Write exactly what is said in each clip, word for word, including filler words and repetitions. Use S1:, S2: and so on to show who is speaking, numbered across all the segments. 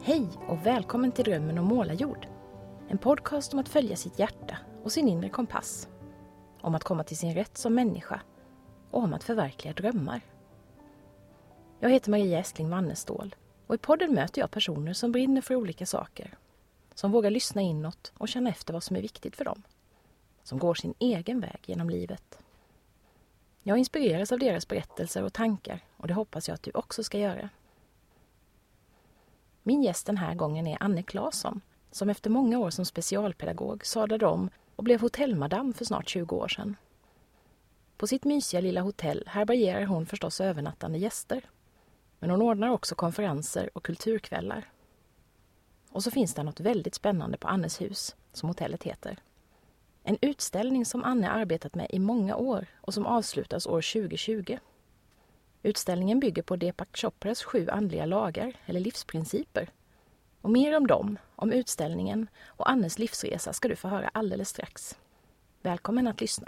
S1: Hej och välkommen till Drömmen om målarjord. En podcast om att följa sitt hjärta och sin inre kompass. Om att komma till sin rätt som människa och om att förverkliga drömmar. Jag heter Maria Estling Wannestål och i podden möter jag personer som brinner för olika saker. Som vågar lyssna inåt och känna efter vad som är viktigt för dem. Som går sin egen väg genom livet. Jag inspireras av deras berättelser och tankar och det hoppas jag att du också ska göra. Min gäst den här gången är Anne Claesson, som efter många år som specialpedagog sadlade om och blev hotellmadam för snart tjugo år sedan. På sitt mysiga lilla hotell härbärgerar hon förstås övernattande gäster. Men hon ordnar också konferenser och kulturkvällar. Och så finns det något väldigt spännande på Annes hus, som hotellet heter. En utställning som Anne arbetat med i många år och som avslutas år tjugo tjugo. Utställningen bygger på Deepak Chopras sju andliga lagar eller livsprinciper. Och mer om dem, om utställningen och Annes livsresa ska du få höra alldeles strax. Välkommen att lyssna.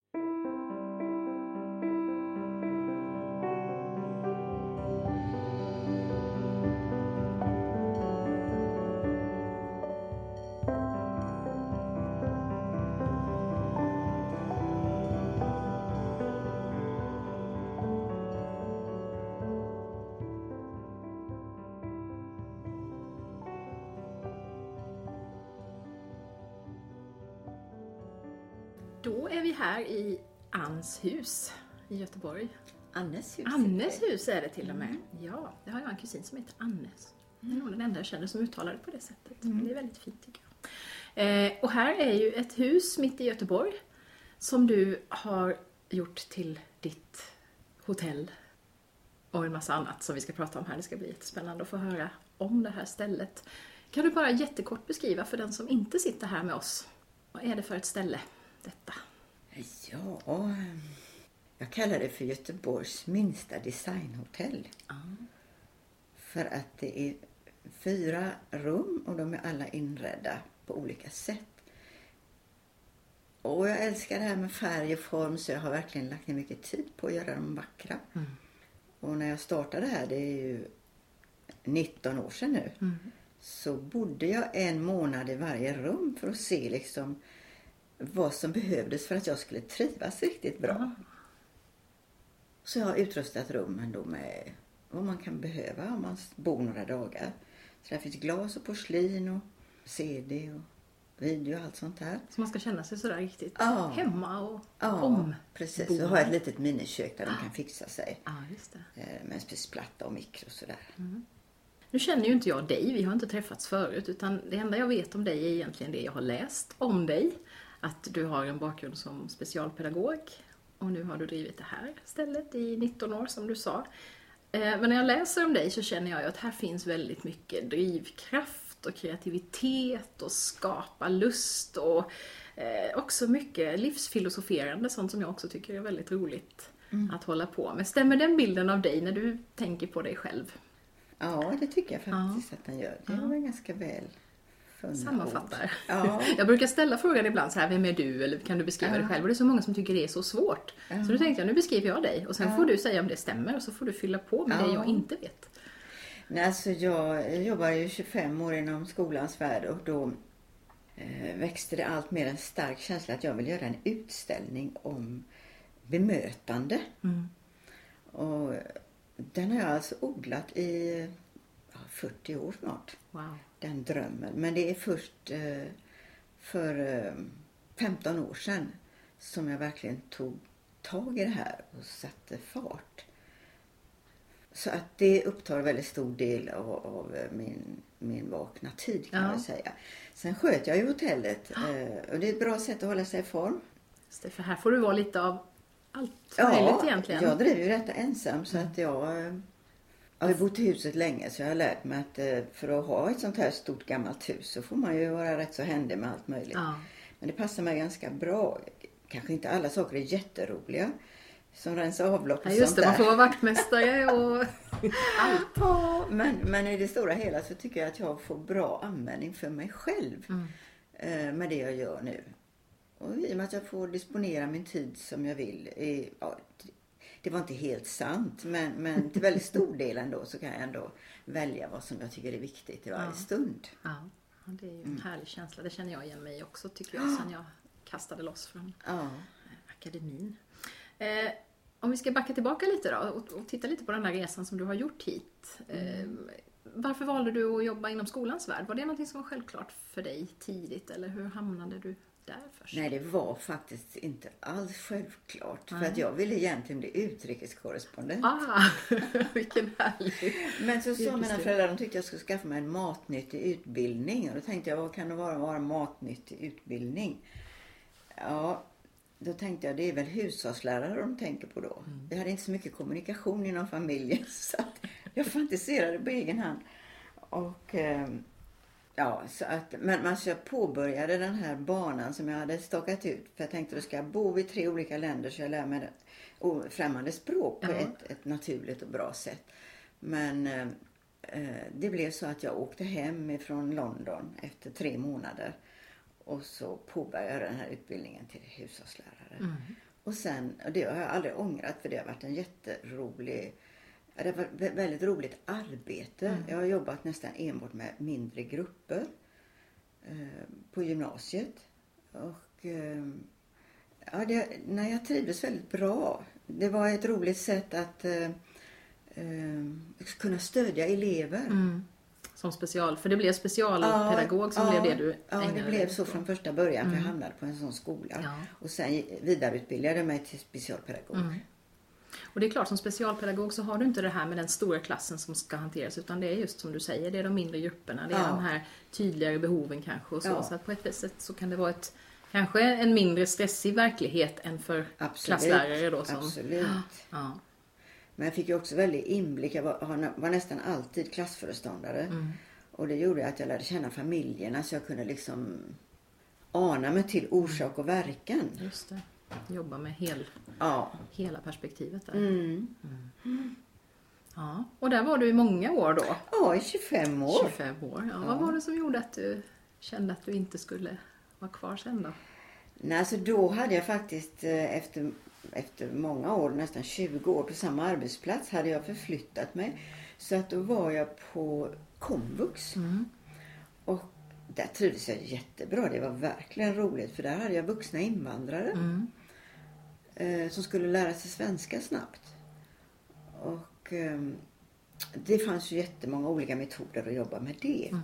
S1: Då är vi här i Anns hus i Göteborg.
S2: Annes hus.
S1: Annes hus är det till och med. Mm. Ja, det har jag en kusin som heter Annes. Det är nog den enda jag känner som uttalar det på det sättet. Mm. Det är väldigt fint tycker jag. Eh, och här är ju ett hus mitt i Göteborg som du har gjort till ditt hotell och en massa annat som vi ska prata om här. Det ska bli jättespännande att få höra om det här stället. Kan du bara jättekort beskriva för den som inte sitter här med oss? Vad är det för ett ställe? Detta.
S2: Ja, jag kallar det för Göteborgs minsta designhotell.
S1: Mm.
S2: För att det är fyra rum och de är alla inredda på olika sätt. Och jag älskar det här med färg och form så jag har verkligen lagt ner mycket tid på att göra dem vackra.
S1: Mm.
S2: Och när jag startade här, det är ju nitton år sedan nu,
S1: mm.
S2: så bodde jag en månad i varje rum för att se liksom vad som behövdes för att jag skulle trivas riktigt bra.
S1: Mm.
S2: Så jag har utrustat rummen då med vad man kan behöva om man bor några dagar. Så där finns glas och porslin och C D och video och allt sånt där.
S1: Så man ska känna sig sådär riktigt
S2: ja.
S1: hemma och
S2: ja,
S1: om.
S2: Precis. Jag har ett litet minikök där
S1: ja.
S2: de kan fixa sig.
S1: Ja, just det.
S2: Med en spesplatta och mikro och sådär.
S1: Mm. Nu känner ju inte jag dig, vi har inte träffats förut. Utan det enda jag vet om dig är egentligen det jag har läst om dig. Att du har en bakgrund som specialpedagog och nu har du drivit det här stället i nitton år som du sa. Men när jag läser om dig så känner jag ju att här finns väldigt mycket drivkraft och kreativitet och skapa lust och också mycket livsfilosoferande, sånt som jag också tycker är väldigt roligt mm. att hålla på med. Stämmer den bilden av dig när du tänker på dig själv?
S2: Ja, det tycker jag faktiskt ja. att den gör. Det är ja. ganska väl.
S1: Sammanfattar.
S2: Ja.
S1: Jag brukar ställa frågan ibland så här, vem är du? Eller kan du beskriva ja. dig själv? Och det är så många som tycker det är så svårt. Ja. Så då tänkte jag, nu beskriver jag dig. Och sen ja. får du säga om det stämmer. Och så får du fylla på med ja. det jag inte vet.
S2: Nej, alltså jag jobbar ju tjugofem år inom skolans värld. Och då eh, växte det allt mer en stark känsla att jag vill göra en utställning om bemötande.
S1: Mm.
S2: Och den har jag alltså odlat i fyrtio år snart.
S1: Wow.
S2: Den drömmen. Men det är först eh, för eh, femton år sedan som jag verkligen tog tag i det här och satte fart. Så att det upptar väldigt stor del av, av min, min vakna tid kan ja. jag säga. Sen sköt jag ju hotellet eh, och det är ett bra sätt att hålla sig i form.
S1: Just det, för här får du vara lite av allt
S2: ja,
S1: möjligt egentligen.
S2: Jag driver ju detta ensam så att jag... Jag har bott i huset länge så jag har lärt mig att för att ha ett sånt här stort gammalt hus så får man ju vara rätt så händig med allt möjligt.
S1: Ja.
S2: Men det passar mig ganska bra. Kanske inte alla saker är jätteroliga. Som rensa avlopp och
S1: ja, just
S2: sånt
S1: det,
S2: där.
S1: man får vara vaktmästare och allt.
S2: Ja, men, men i det stora hela så tycker jag att jag får bra användning för mig själv. Mm. Med det jag gör nu. Och i och med att jag får disponera min tid som jag vill. I, ja, det var inte helt sant, men, men till väldigt stor del ändå så kan jag ändå välja vad som jag tycker är viktigt i varje
S1: Ja.
S2: stund.
S1: Ja, det är ju en härlig känsla. Det känner jag igen mig också, tycker jag, sen jag kastade loss från
S2: Ja.
S1: akademin. Eh, om vi ska backa tillbaka lite då och, och titta lite på den här resan som du har gjort hit. Eh, varför valde du att jobba inom skolans värld? Var det något som var självklart för dig tidigt, eller hur hamnade du där först?
S2: Nej, det var faktiskt inte alls självklart.
S1: Nej.
S2: För att jag ville egentligen bli utrikeskorrespondent.
S1: Ah, vilken härlig.
S2: Men så sa mina
S1: Yrkesliv.
S2: föräldrar, de tyckte jag skulle skaffa mig en matnyttig utbildning. Och då tänkte jag, vad kan det vara att vara matnyttig utbildning? Ja, då tänkte jag, det är väl hushållslärare de tänker på då.
S1: Mm.
S2: Vi hade inte så mycket kommunikation inom familjen. Så att jag fantiserade på egen hand. Och eh, ja, så att, men alltså jag påbörjade den här banan som jag hade stakat ut. För jag tänkte, då ska jag bo i tre olika länder så jag lär mig det, främmande språk på
S1: Ja.
S2: ett, ett naturligt och bra sätt. Men eh, det blev så att jag åkte hem från London efter tre månader. Och så påbörjade jag den här utbildningen till hushållslärare.
S1: Mm.
S2: Och sen, och det har jag aldrig ångrat, för det har varit en jätterolig, ja, det var ett väldigt roligt arbete.
S1: Mm.
S2: Jag har jobbat nästan enbart med mindre grupper eh, på gymnasiet. Och eh, ja, det, nej, jag trivdes väldigt bra. Det var ett roligt sätt att eh, eh, kunna stödja elever.
S1: Mm. Som special, för det blev specialpedagog som
S2: ja,
S1: blev det du
S2: Ja, det
S1: ägnade
S2: blev
S1: dig
S2: så
S1: åt.
S2: från första början. För
S1: Mm.
S2: jag hamnade på en sån skola.
S1: Ja.
S2: Och sen vidareutbildade jag mig till specialpedagog.
S1: Mm. Och det är klart, som specialpedagog så har du inte det här med den stora klassen som ska hanteras, utan det är just som du säger, det är de mindre grupperna, det är
S2: Ja.
S1: de här tydligare behoven kanske och så.
S2: Ja.
S1: Så att på ett sätt så kan det vara ett, kanske en mindre stressig verklighet än för
S2: Absolut.
S1: klasslärare då. Som,
S2: Absolut.
S1: ja.
S2: Men jag fick ju också väldigt inblick. Jag var, var nästan alltid klassföreståndare.
S1: Mm.
S2: Och det gjorde att jag lärde känna familjerna, så jag kunde liksom ana mig till orsak och verkan.
S1: Just det. Jobba med hel,
S2: Ja.
S1: hela perspektivet där.
S2: Mm.
S1: Ja. Och där var du i många år då?
S2: Ja, i tjugofem år.
S1: tjugofem år. Ja. Vad var det som gjorde att du kände att du inte skulle vara kvar sen då?
S2: Nej, alltså då hade jag faktiskt eh, efter, efter många år, nästan tjugo år på samma arbetsplats, hade jag förflyttat mig. Så att då var jag på komvux.
S1: Mm.
S2: Och där trivdes jag jättebra. Det var verkligen roligt, för där hade jag vuxna invandrare.
S1: Mm.
S2: eh, som skulle lära sig svenska snabbt. Och eh, det fanns ju jättemånga olika metoder att jobba med det.
S1: Mm.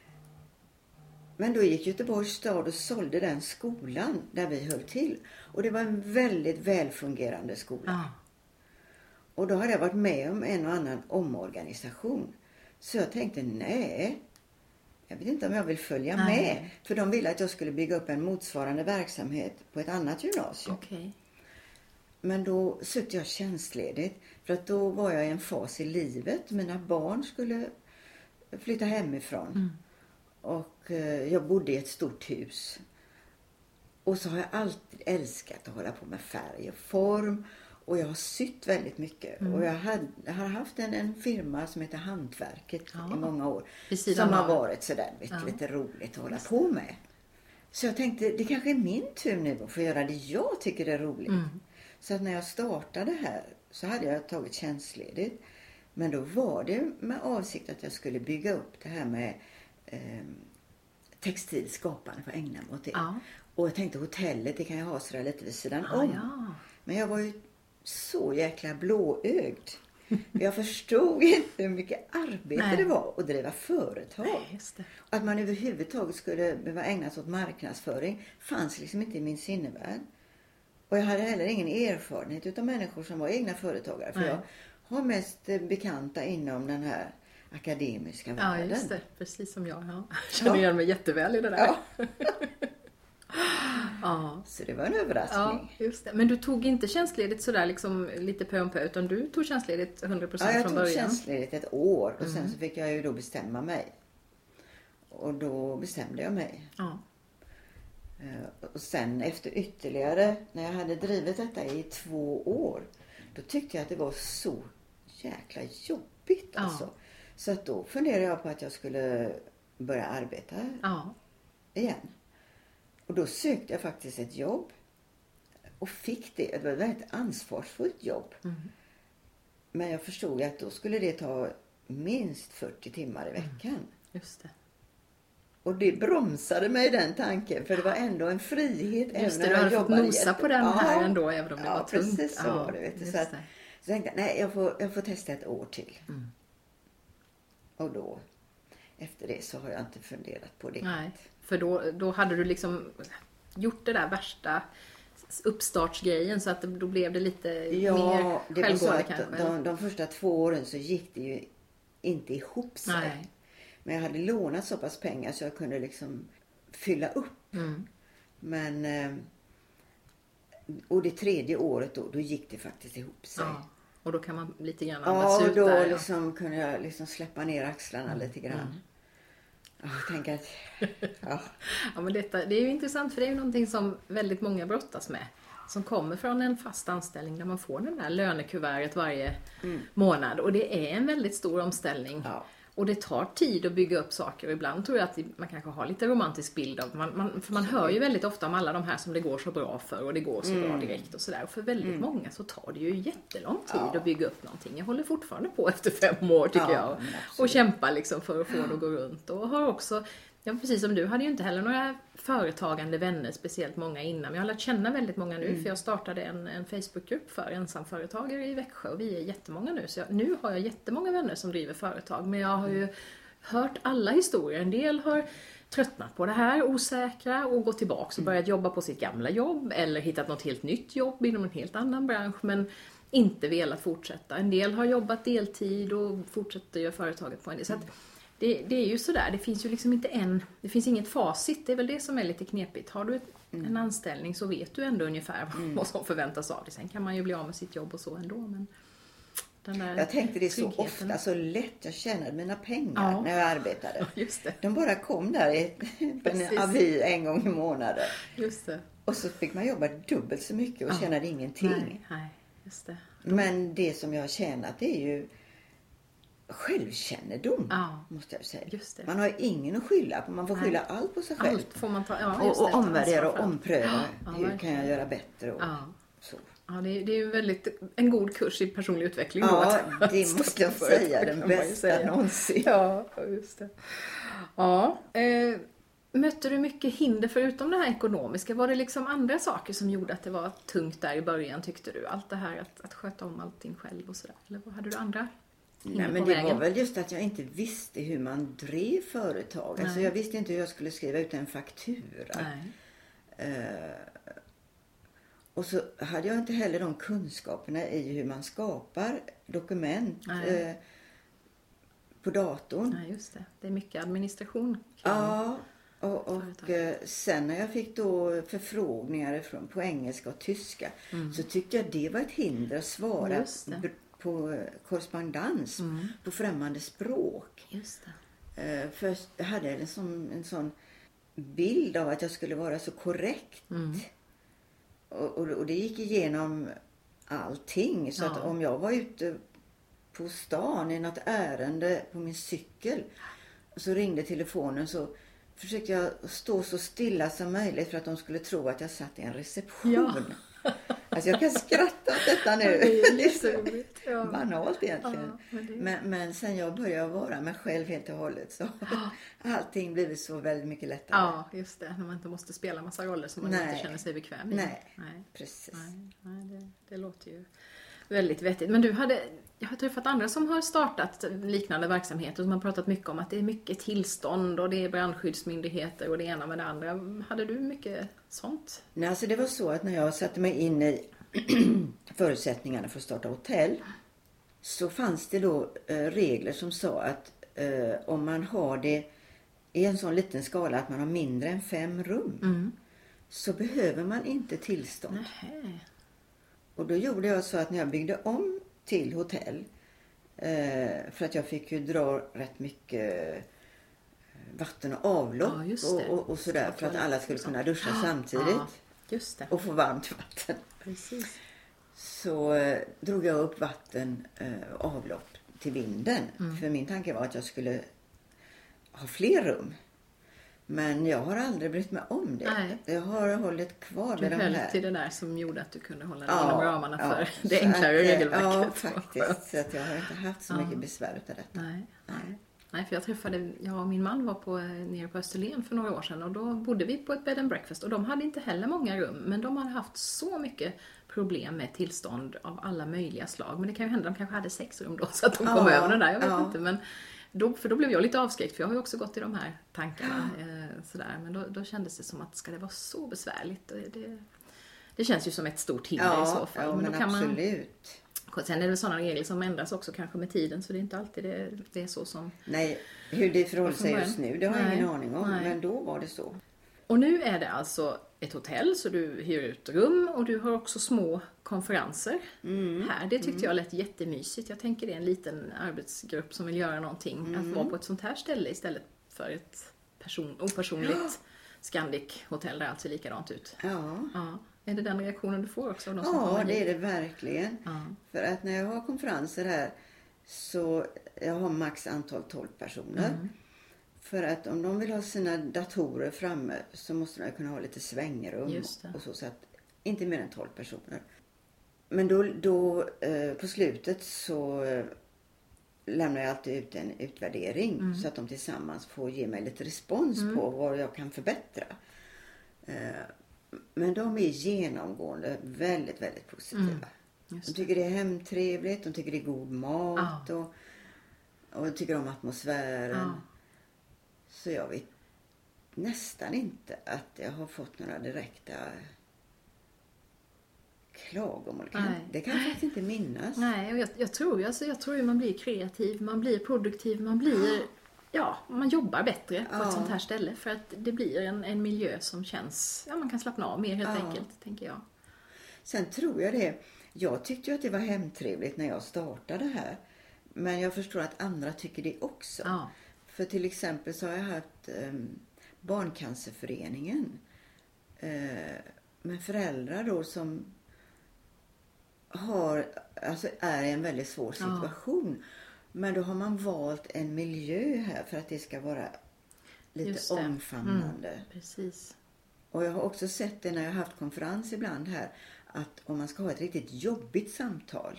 S2: Men då gick Göteborgs stad och sålde den skolan där vi höll till. Och det var en väldigt välfungerande skola.
S1: Ja.
S2: Och då hade jag varit med om en och annan omorganisation. Så jag tänkte, nej, jag vet inte om jag vill följa
S1: Nej.
S2: med. För de ville att jag skulle bygga upp en motsvarande verksamhet på ett annat gymnasium.
S1: Okej.
S2: Men då sökte jag tjänstledigt. För att då var jag i en fas i livet. Mina barn skulle flytta hemifrån.
S1: Mm.
S2: Och eh, jag bodde i ett stort hus. Och så har jag alltid älskat att hålla på med färg och form. Och jag har sytt väldigt mycket.
S1: Mm.
S2: Och jag, hade, jag har haft en, en firma som heter Hantverket
S1: Ja.
S2: i många år.
S1: Vid sidan
S2: Som har
S1: av.
S2: varit sådär vet,
S1: Ja.
S2: lite roligt att hålla på med. Så jag tänkte, det kanske är min tur nu att få göra det jag tycker är roligt.
S1: Mm.
S2: Så att när jag startade här så hade jag tagit tjänstledigt. Men då var det med avsikt att jag skulle bygga upp det här med eh, textilskapande, för att ägna mig åt det.
S1: Ja.
S2: Och jag tänkte hotellet, det kan jag ha sådär lite vid sidan
S1: Ah,
S2: om.
S1: ja.
S2: Men jag var ju så jäkla blåögd. Jag förstod inte hur mycket arbete
S1: Nej.
S2: det var att driva företag.
S1: Nej, just det.
S2: Att man överhuvudtaget skulle behöva ägna sig åt marknadsföring fanns liksom inte i min sinnevärld. Och jag hade heller ingen erfarenhet utav människor som var egna företagare. För
S1: Nej.
S2: jag har mest eh, bekanta inom den här akademiska
S1: Ja,
S2: världen.
S1: just det. Precis som jag. Ja. Jag känner
S2: Ja.
S1: igen mig jätteväl i det där.
S2: Ja.
S1: Ja.
S2: Så det var en
S1: Ja,
S2: överraskning.
S1: just det. Men du tog inte tjänstledigt sådär liksom lite pö om pö, utan du tog tjänstledigt hundra procent
S2: Ja, jag
S1: från
S2: tog
S1: början.
S2: tjänstledigt ett år och sen
S1: Mm.
S2: så fick jag ju då bestämma mig. Och då bestämde jag mig.
S1: Ja.
S2: Eh, Och sen efter ytterligare, när jag hade drivit detta i två år, då tyckte jag att det var så jäkla jobbigt
S1: Ja.
S2: alltså. Så att då funderade jag på att jag skulle börja arbeta
S1: Ja.
S2: igen. Och då sökte jag faktiskt ett jobb. Och fick det. Det var ett ansvarsfullt jobb. Mm. Men jag förstod att då skulle det ta minst fyrtio timmar i veckan. Mm.
S1: Just det.
S2: Och det bromsade mig den tanken. För det var ändå en frihet.
S1: Just det, du hade fått nosa jätte... på den här ja. ändå. Även om det
S2: ja,
S1: var tungt.
S2: Precis så ja, precis så. Så, att, så tänkte jag, nej jag får, jag får testa ett år till. Mm. Och då, efter det så har jag inte funderat på det.
S1: Nej, för då, då hade du liksom gjort det där värsta uppstartsgrejen så att då blev det lite
S2: ja,
S1: mer
S2: det självgående kanske. De, de första två åren så gick det ju inte ihop sig. Nej. Men jag hade lånat så pass pengar så jag kunde liksom fylla upp. Mm. Men och det tredje året då, då gick det faktiskt ihop sig.
S1: Ja. Och då kan man lite grann andas ja, ut
S2: då
S1: där. Ja,
S2: liksom då kunde jag liksom släppa ner axlarna mm. lite grann. Mm. Jag tänker att, ja.
S1: ja, men detta, det är ju intressant för det är ju någonting som väldigt många brottas med. Som kommer från en fast anställning där man får den där lönekuvertet varje mm. månad. Och det är en väldigt stor omställning. Ja. Och det tar tid att bygga upp saker. Och ibland tror jag att man kanske har lite romantisk bild av. Man, man, för man hör ju väldigt ofta om alla de här som det går så bra för. Och det går så mm. bra direkt och sådär. Och för väldigt mm. många så tar det ju jättelång tid ja. att bygga upp någonting. Jag håller fortfarande på efter fem år tycker ja, jag. Och kämpar liksom för att få det att gå runt. Och har också... Ja, precis som du hade ju inte heller några företagande vänner, speciellt många innan. Men jag har lärt känna väldigt många nu, mm. för jag startade en, en Facebookgrupp för ensamföretagare i Växjö. Och vi är jättemånga nu, så jag, nu har jag jättemånga vänner som driver företag. Men jag har ju hört alla historier. En del har tröttnat på det här, osäkra, och gått tillbaka och börjat jobba på sitt gamla jobb. Eller hittat något helt nytt jobb inom en helt annan bransch, men inte velat fortsätta. En del har jobbat deltid och fortsätter göra företaget på en del. Så att, Det, det är ju sådär, det finns ju liksom inte en, det finns inget facit, det är väl det som är lite knepigt. Har du ett, mm. en anställning så vet du ändå ungefär mm. vad som förväntas av dig. Sen kan man ju bli av med sitt jobb och så ändå. Men den där
S2: jag tänkte det så ofta, så lätt jag tjänade mina pengar ja. när jag arbetade.
S1: Just det.
S2: De bara kom där i en avi en gång i månaden.
S1: Just det.
S2: Och så fick man jobba dubbelt så mycket och ja. tjänade ingenting.
S1: Nej, nej, just det.
S2: Men det som jag har tjänat det är ju självkännedom, ja, måste jag säga.
S1: Just det.
S2: Man har ingen att skylla på. Man får skylla Nej. allt på sig själv.
S1: Allt får man ta, ja,
S2: och, och omvärdera och ompröva. Ja, hur verkligen. kan jag göra bättre? Och
S1: ja.
S2: så.
S1: Ja, det är, det är ju väldigt en god kurs i personlig utveckling.
S2: Ja,
S1: då,
S2: det måste jag säga. Den bästa någonsin.
S1: Ja, just det. Ja, eh, mötte du mycket hinder förutom det här ekonomiska? Var det liksom andra saker som gjorde att det var tungt där i början, tyckte du? Allt det här att, att sköta om allting själv och sådär. Eller hade du andra?
S2: Nej, men det var väl just att jag inte visste hur man drev företag. Alltså jag visste inte hur jag skulle skriva ut en faktura. Uh, och så hade jag inte heller de kunskaperna i hur man skapar dokument uh, på datorn.
S1: Nej, just det. Det är mycket administration.
S2: Ja, och, och uh, sen när jag fick då förfrågningar från, på engelska och tyska mm. så tyckte jag det var ett hinder att svara på korrespondens mm. på främmande språk.
S1: Just det.
S2: Uh, för jag hade en sån, en sån bild av att jag skulle vara så korrekt. Mm. Och, och, och det gick igenom allting. Så ja. att om jag var ute på stan i något ärende på min cykel så ringde telefonen, så försökte jag stå så stilla som möjligt för att de skulle tro att jag satt i en reception. Ja. Alltså jag kan skratta åt detta nu.
S1: Det är lite roligt. Ja.
S2: Banalt egentligen. Ja, men, det... men, men sen jag började vara mig själv helt och hållet så ja. allting blivit så väldigt mycket lättare.
S1: Ja, just det. När man inte måste spela massa roller som man nej. inte känner sig bekväm i.
S2: Nej, nej. precis.
S1: Nej, nej det, det låter ju väldigt vettigt. Men du hade, jag har träffat andra som har startat liknande verksamheter som har pratat mycket om att det är mycket tillstånd och det är brandskyddsmyndigheter och det ena med det andra. Hade du mycket sånt?
S2: Nej, alltså det var så att när jag satte mig in i förutsättningarna för att starta hotell så fanns det då eh, regler som sa att eh, om man har det i en sån liten skala att man har mindre än fem rum mm. så behöver man inte tillstånd.
S1: Nähä.
S2: Och då gjorde jag så att när jag byggde om till hotell, eh, för att jag fick ju dra rätt mycket vatten och avlopp ja, och, och, och sådär för att alla skulle kunna duscha ja, samtidigt
S1: ja, just det.
S2: och få varmt vatten.
S1: Precis.
S2: Så eh, drog jag upp vatten eh, och avlopp till vinden. Mm. För min tanke var att jag skulle ha fler rum. Men jag har aldrig brytt mig om det.
S1: Nej.
S2: Jag har hållit kvar
S1: Du
S2: vid de
S1: höll
S2: här.
S1: till det där som gjorde att du kunde hålla dig
S2: Ja,
S1: inom ramarna
S2: ja.
S1: för det
S2: Så
S1: enklare
S2: att, eh,
S1: regelverket.
S2: Ja, faktiskt. Så att jag har inte haft så
S1: Ja.
S2: mycket besvär utav detta.
S1: Nej, nej. Nej, för jag träffade, jag och min man var på, nere på Österlen för några år sedan och då bodde vi på ett bed and breakfast och de hade inte heller många rum, men de hade haft så mycket problem med tillstånd av alla möjliga slag. Men det kan ju hända, de kanske hade sex rum då så att de kom
S2: Ja,
S1: över det där, jag vet
S2: ja.
S1: inte. Men då, för då blev jag lite avskräckt, för jag har ju också gått i de här tankarna. Eh, sådär. Men då, då kändes det som att ska det vara så besvärligt? Det, det, det känns ju som ett stort hinder
S2: Ja,
S1: i så fall.
S2: ja,
S1: men
S2: men
S1: då kan
S2: absolut.
S1: Man, sen är det väl sådana regler som ändras också kanske med tiden, så det är inte alltid det, det är så som...
S2: Nej, hur det förhåller sig just nu, det har jag
S1: Nej,
S2: ingen aning om.
S1: nej.
S2: Men då var det så.
S1: Och nu är det alltså ett hotell, så du hyr ut rum och du har också små konferenser
S2: Mm.
S1: här. Det tyckte jag lät jättemysigt. Jag tänker det är en liten arbetsgrupp som vill göra någonting.
S2: Mm.
S1: Att vara på ett sånt här ställe istället för ett person, opersonligt Scandic hotell där allt ser likadant ut.
S2: Ja.
S1: Ja. Är det den reaktionen du får också av de som
S2: Ja,
S1: kommer
S2: det
S1: hit?
S2: är det verkligen.
S1: Ja.
S2: För att när jag har konferenser här så jag har max antal tolv personer.
S1: Mm.
S2: För att om de vill ha sina datorer framme så måste de kunna ha lite svängrum
S1: Just det.
S2: och så, så att inte mer än tolv personer. Men då, då eh, på slutet så eh, lämnar jag alltid ut en utvärdering
S1: Mm.
S2: så att de tillsammans får ge mig lite respons
S1: Mm.
S2: på vad jag kan förbättra. Eh, men de är genomgående väldigt, väldigt positiva.
S1: Mm. Just
S2: De
S1: det.
S2: tycker det är hemtrevligt, de tycker det är god mat
S1: Ja.
S2: och, och de tycker om atmosfären.
S1: Ja.
S2: Så jag vet nästan inte att jag har fått några direkta klagomål. Kan-
S1: Nej.
S2: Det kan jag faktiskt inte minnas.
S1: Nej, och jag, jag tror ju alltså, jag tror ju man blir kreativ, man blir produktiv, man blir, ja, man jobbar bättre på
S2: Ja.
S1: ett sånt här ställe för att det blir en, en miljö som känns, ja, man kan slappna av mer helt
S2: Ja.
S1: enkelt, tänker jag.
S2: Sen tror jag det. Jag tyckte ju att det var hemtrevligt när jag startade här. Men jag förstår att andra tycker det också.
S1: Ja.
S2: För till exempel så har jag haft um, Barncancerföreningen. Uh, med föräldrar då som har, alltså är i en väldigt svår
S1: Ja.
S2: situation. Men då har man valt en miljö här för att det ska vara lite
S1: Just det.
S2: omfamnande.
S1: Mm, precis.
S2: Och jag har också sett det när jag har haft konferens ibland här, att om man ska ha ett riktigt jobbigt samtal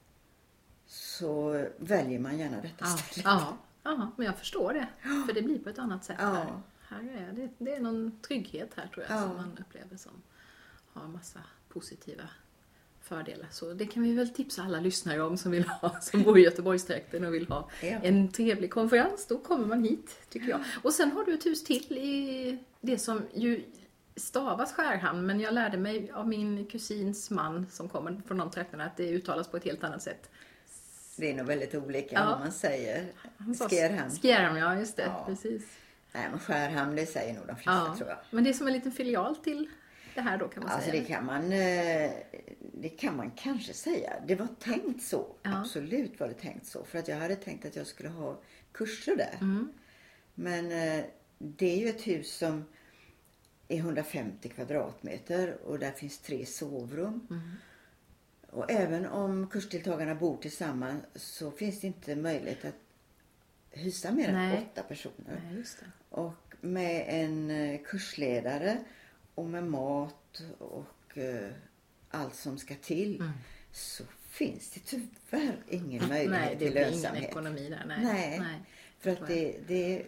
S2: så väljer man gärna detta
S1: Ja,
S2: stället.
S1: ja, ja, men jag förstår det. För det blir på ett annat sätt
S2: Ja.
S1: här. Här är det, det är någon trygghet här tror jag
S2: Ja.
S1: som man upplever som har massa positiva fördelar. Så det kan vi väl tipsa alla lyssnare om som vill ha, som bor i Göteborgstrakten och vill ha
S2: Ja.
S1: en trevlig konferens. Då kommer man hit, tycker jag. Och sen har du ett hus till i det som ju stavas Skärhamn, men jag lärde mig av min kusins man som kommer från de trakterna att det uttalas på ett helt annat sätt.
S2: Det är nog väldigt olika
S1: Ja.
S2: vad man säger.
S1: Han sa
S2: Skärhamn.
S1: Skärhamn, ja just det,
S2: Ja.
S1: precis.
S2: Nej, men Skärhamn, det säger nog de flesta,
S1: Ja,
S2: tror jag.
S1: men det är som en liten filial till det här då kan man
S2: Alltså
S1: säga.
S2: det kan man, eh, det kan man kanske säga. Det var tänkt så.
S1: Ja.
S2: Absolut var det tänkt så. För att jag hade tänkt att jag skulle ha kurser där.
S1: Mm.
S2: Men eh, det är ju ett hus som är hundrafemtio kvadratmeter och där finns tre sovrum.
S1: Mm.
S2: Och även om kursdeltagarna bor tillsammans så finns det inte möjlighet att hysa mer än
S1: Nej.
S2: åtta personer.
S1: Nej, just det.
S2: Och med en eh, kursledare och med mat och eh, allt som ska till
S1: Mm.
S2: så finns det tyvärr ingen möjlighet
S1: Nej, det
S2: till
S1: blir ingen
S2: lönsamhet.
S1: ekonomi där. Nej,
S2: Nej.
S1: nej.
S2: För att
S1: tror jag.
S2: det, det,